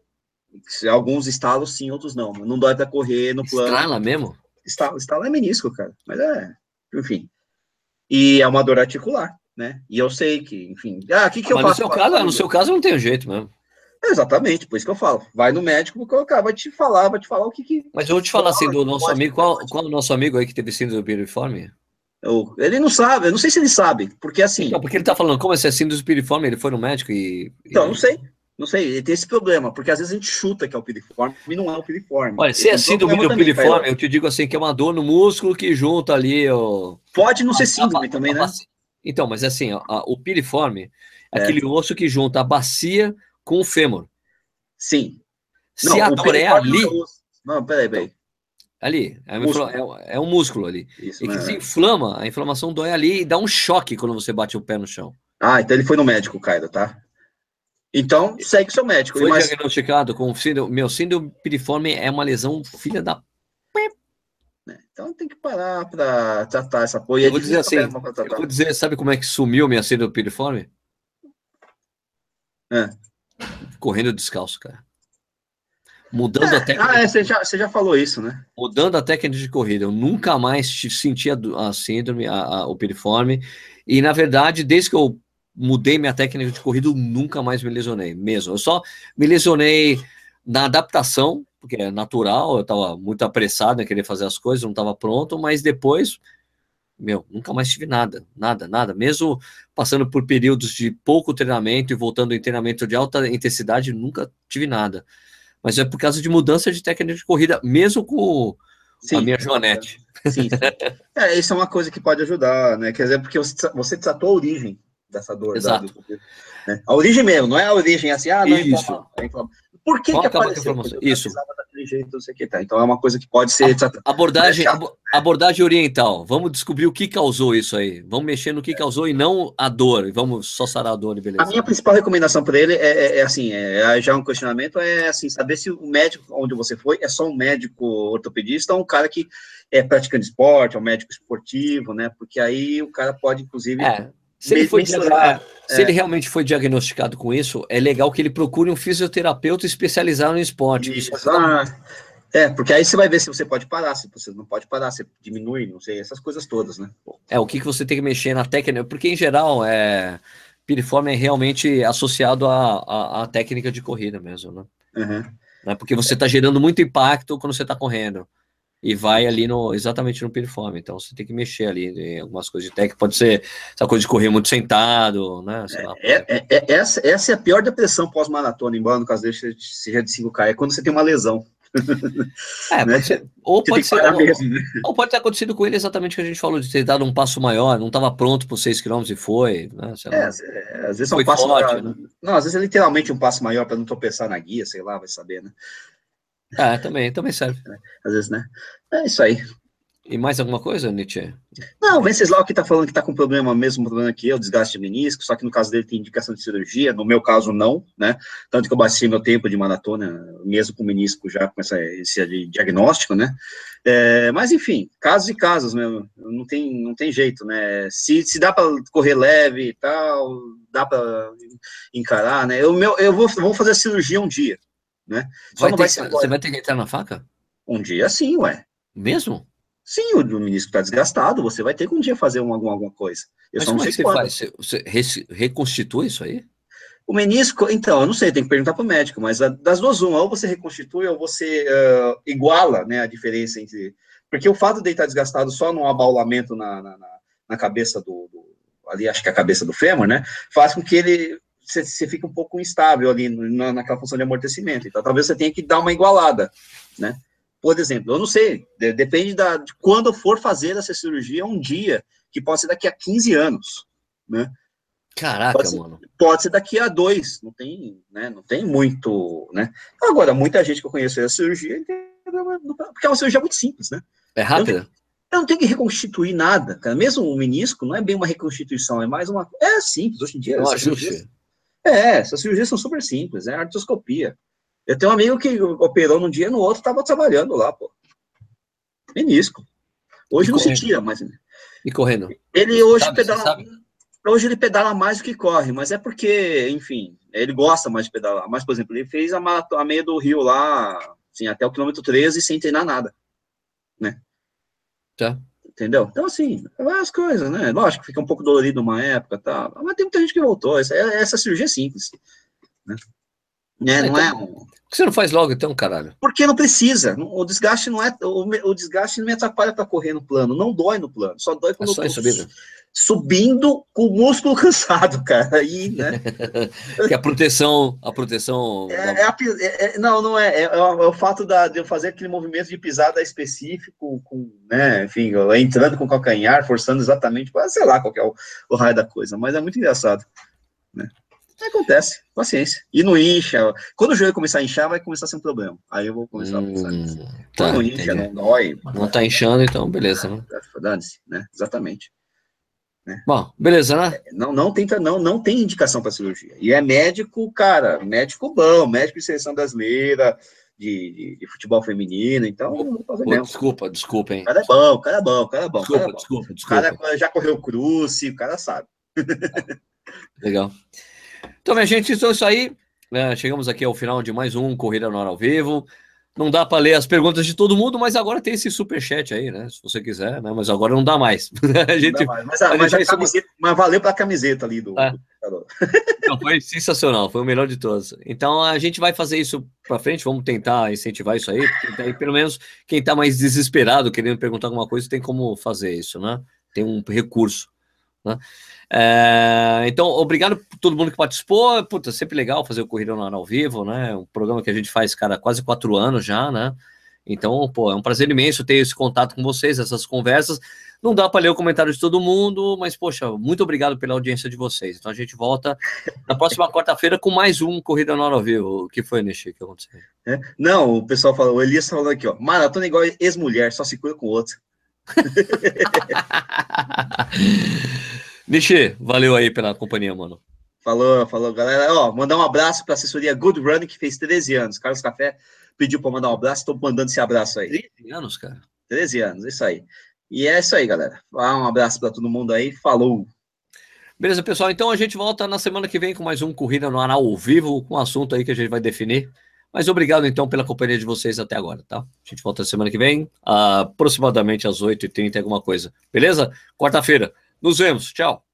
Alguns estalos sim, outros não. Não dói para correr no plano. Estrala mesmo? Estalo é menisco, cara. Mas enfim. E é uma dor articular, né? E eu sei que, enfim. O que eu faço? No seu caso não tem jeito mesmo. Exatamente, por isso que eu falo. Vai no médico, porque o cara vai te falar o que. Mas eu vou te falar assim do nosso amigo. Qual o nosso amigo aí que teve síndrome piriforme? Ele não sabe, eu não sei se ele sabe, porque assim. Então, porque ele tá falando, como esse é síndrome piriforme, ele foi no médico e. Então, não sei, ele tem esse problema, porque às vezes a gente chuta que é o piriforme e não é o piriforme. Olha, se é síndrome do piriforme, eu te digo assim, que é uma dor no músculo que junta ali. Pode não ser síndrome também, né? Então, mas assim, o piriforme é aquele osso que junta a bacia com o fêmur. Sim. Se a dor é ali. Não, peraí. Ali, é um músculo ali. Isso, e que se inflama, a inflamação dói ali e dá um choque quando você bate o pé no chão. Então ele foi no médico, Caio, tá? Então, segue seu médico. Foi diagnosticado com síndrome piriforme é uma lesão filha da... Então tem que parar para tratar essa porra. Eu vou dizer assim, sabe como é que sumiu minha síndrome piriforme? Correndo descalço, cara. Mudando a técnica. Você já falou isso, né? Mudando a técnica de corrida. Eu nunca mais senti a síndrome, o piriforme. E, na verdade, desde que eu mudei minha técnica de corrida, eu nunca mais me lesionei mesmo. Eu só me lesionei na adaptação, porque é natural, eu estava muito apressado em querer fazer as coisas, não estava pronto, mas depois, nunca mais tive nada. Mesmo passando por períodos de pouco treinamento e voltando em treinamento de alta intensidade, nunca tive nada. Mas é por causa de mudança de técnica de corrida, mesmo com a minha joanete. Sim. Isso é uma coisa que pode ajudar, né? Quer dizer, porque você tratou a origem dessa dor. Exato. Né? A origem mesmo, não é a origem assim, não inflama. Por que apareceu? Isso. Daquele jeito, não sei o que tá. Então é uma coisa que pode ser... Abordagem oriental. Vamos descobrir o que causou isso aí. Vamos mexer no que causou e não a dor. E vamos só sarar a dor e beleza. A minha principal recomendação para ele já um questionamento, saber se o médico onde você foi é só um médico ortopedista ou um cara que é praticante de esporte, é um médico esportivo, né? Porque aí o cara pode, inclusive... Se ele realmente foi diagnosticado com isso, é legal que ele procure um fisioterapeuta especializado no esporte. Porque aí você vai ver se você pode parar, se você não pode parar, se diminui, não sei, essas coisas todas, né? O que você tem que mexer na técnica, porque em geral, piriforme é realmente associado à técnica de corrida mesmo, né? Porque você está gerando muito impacto quando você está correndo. E vai ali exatamente no piriforme. Então você tem que mexer ali em algumas coisas de técnica. Pode ser essa coisa de correr muito sentado, né? Sei lá. Essa é a pior depressão pós-maratona, embora no caso dele seja de 5K, é quando você tem uma lesão. Pode ser. Ou pode ter acontecido com ele exatamente o que a gente falou, de ter dado um passo maior, não estava pronto para os 6 km e foi. Né? Às vezes é um passo maior. Né? Não, às vezes é literalmente um passo maior para não tropeçar na guia, sei lá, vai saber, né? Também serve. Às vezes, né? É isso aí. E mais alguma coisa, Nietzsche? Não, o Venceslau aqui tá falando que tá com mesmo problema que eu, desgaste de menisco, só que no caso dele tem indicação de cirurgia, no meu caso não, né? Tanto que eu baixei meu tempo de maratona, mesmo com menisco já com esse diagnóstico, né? Mas enfim, casos e casos, mesmo, não tem jeito, né? Se dá para correr leve e tal, dá para encarar, né? Eu vou fazer a cirurgia um dia, né? Você vai ter que entrar na faca? Um dia sim, ué. Mesmo? Sim, o menisco está desgastado, você vai ter que um dia fazer alguma coisa. Mas como é que você faz? Você reconstitui isso aí? O menisco, então, eu não sei, tem que perguntar para o médico, mas das duas, uma, ou você reconstitui ou você iguala, né, a diferença entre... Porque o fato de ele estar desgastado só num abaulamento na cabeça ali, acho que é a cabeça do fêmur, né, faz com que você fique um pouco instável ali naquela função de amortecimento. Então, talvez você tenha que dar uma igualada, né? Por exemplo, eu não sei, depende de quando for fazer essa cirurgia, um dia, que pode ser daqui a 15 anos, né? Caraca, mano. Pode ser daqui a 2, não tem, né? Não tem muito, né? Agora, muita gente que eu conheço fez a cirurgia, porque é uma cirurgia muito simples, né? É rápida? Eu não tenho que reconstituir nada, cara. Mesmo o menisco não é bem uma reconstituição, é mais uma... É simples, hoje em dia. Essas cirurgias são super simples, é artroscopia. Eu tenho um amigo que operou num dia, no outro estava trabalhando lá, pô. Menisco. Hoje não se tira, mas... E correndo? Ele hoje pedala... Hoje ele pedala mais do que corre, mas é porque, enfim, ele gosta mais de pedalar. Mas, por exemplo, ele fez a meia do Rio lá, assim, até o quilômetro 13 sem treinar nada, né? Tá. Entendeu? Então, assim, várias coisas, né? Lógico, fica um pouco dolorido uma época, tá? Mas tem muita gente que voltou. Essa cirurgia é simples, né? Não é um... Por que você não faz logo, então, caralho? Porque não precisa. O desgaste não é... O desgaste não me atrapalha para correr no plano. Não dói no plano. Só dói quando eu tô subindo com o músculo cansado, cara. Aí, né? Que a proteção... Não é. É o fato de eu fazer aquele movimento de pisada específico, né? Enfim, entrando com o calcanhar, forçando exatamente, sei lá qual que é o raio da coisa. Mas é muito engraçado, né? Acontece, paciência. E não incha. Quando o joelho começar a inchar, vai começar a ser um problema. Aí eu vou começar a pensar nisso. Quando não incha, não dói. Não tá inchando, então beleza, né? Dane-se, né? Exatamente. Né? Bom, beleza, né? Não tem indicação para cirurgia. E é médico, cara, médico bom, médico de seleção brasileira, de futebol feminino, então não vou fazer mesmo. Desculpa, hein? O cara é bom, o cara é bom. Desculpa. O cara já correu cruze, o cara sabe. Legal. Então, minha gente, então é isso aí. Chegamos aqui ao final de mais um Corrida no Ar ao Vivo. Não dá para ler as perguntas de todo mundo, mas agora tem esse superchat aí, né? Se você quiser, né? Mas agora não dá mais. Mas valeu para a camiseta ali do Não, foi sensacional, foi o melhor de todos. Então a gente vai fazer isso para frente, vamos tentar incentivar isso aí, porque aí, pelo menos quem está mais desesperado, querendo perguntar alguma coisa, tem como fazer isso, né? Tem um recurso, né? Então, obrigado por todo mundo que participou. Puta, sempre legal fazer o Corrida no Ar ao Vivo, né? Um programa que a gente faz, cara, quase 4 anos já, né? Então, pô, é um prazer imenso ter esse contato com vocês, essas conversas. Não dá para ler o comentário de todo mundo, mas, poxa, muito obrigado pela audiência de vocês. Então, a gente volta na próxima quarta-feira com mais um Corrida no Ar ao Vivo. O que foi, Nishi, que aconteceu? Não, o pessoal falou, o Elias falou aqui, ó, maratona igual ex-mulher, só se cura com outro. Nishi, valeu aí pela companhia, mano. Falou, galera. Ó, mandar um abraço para a assessoria Good Running, que fez 13 anos. Carlos Café pediu para mandar um abraço, estou mandando esse abraço aí. 13 anos, cara? 13 anos, isso aí. E é isso aí, galera. Um abraço para todo mundo aí, falou. Beleza, pessoal, então a gente volta na semana que vem com mais um Corrida no Ar ao Vivo, com um assunto aí que a gente vai definir. Mas obrigado, então, pela companhia de vocês até agora, tá? A gente volta na semana que vem, aproximadamente às 8h30, alguma coisa. Beleza? Quarta-feira. Nos vemos. Tchau.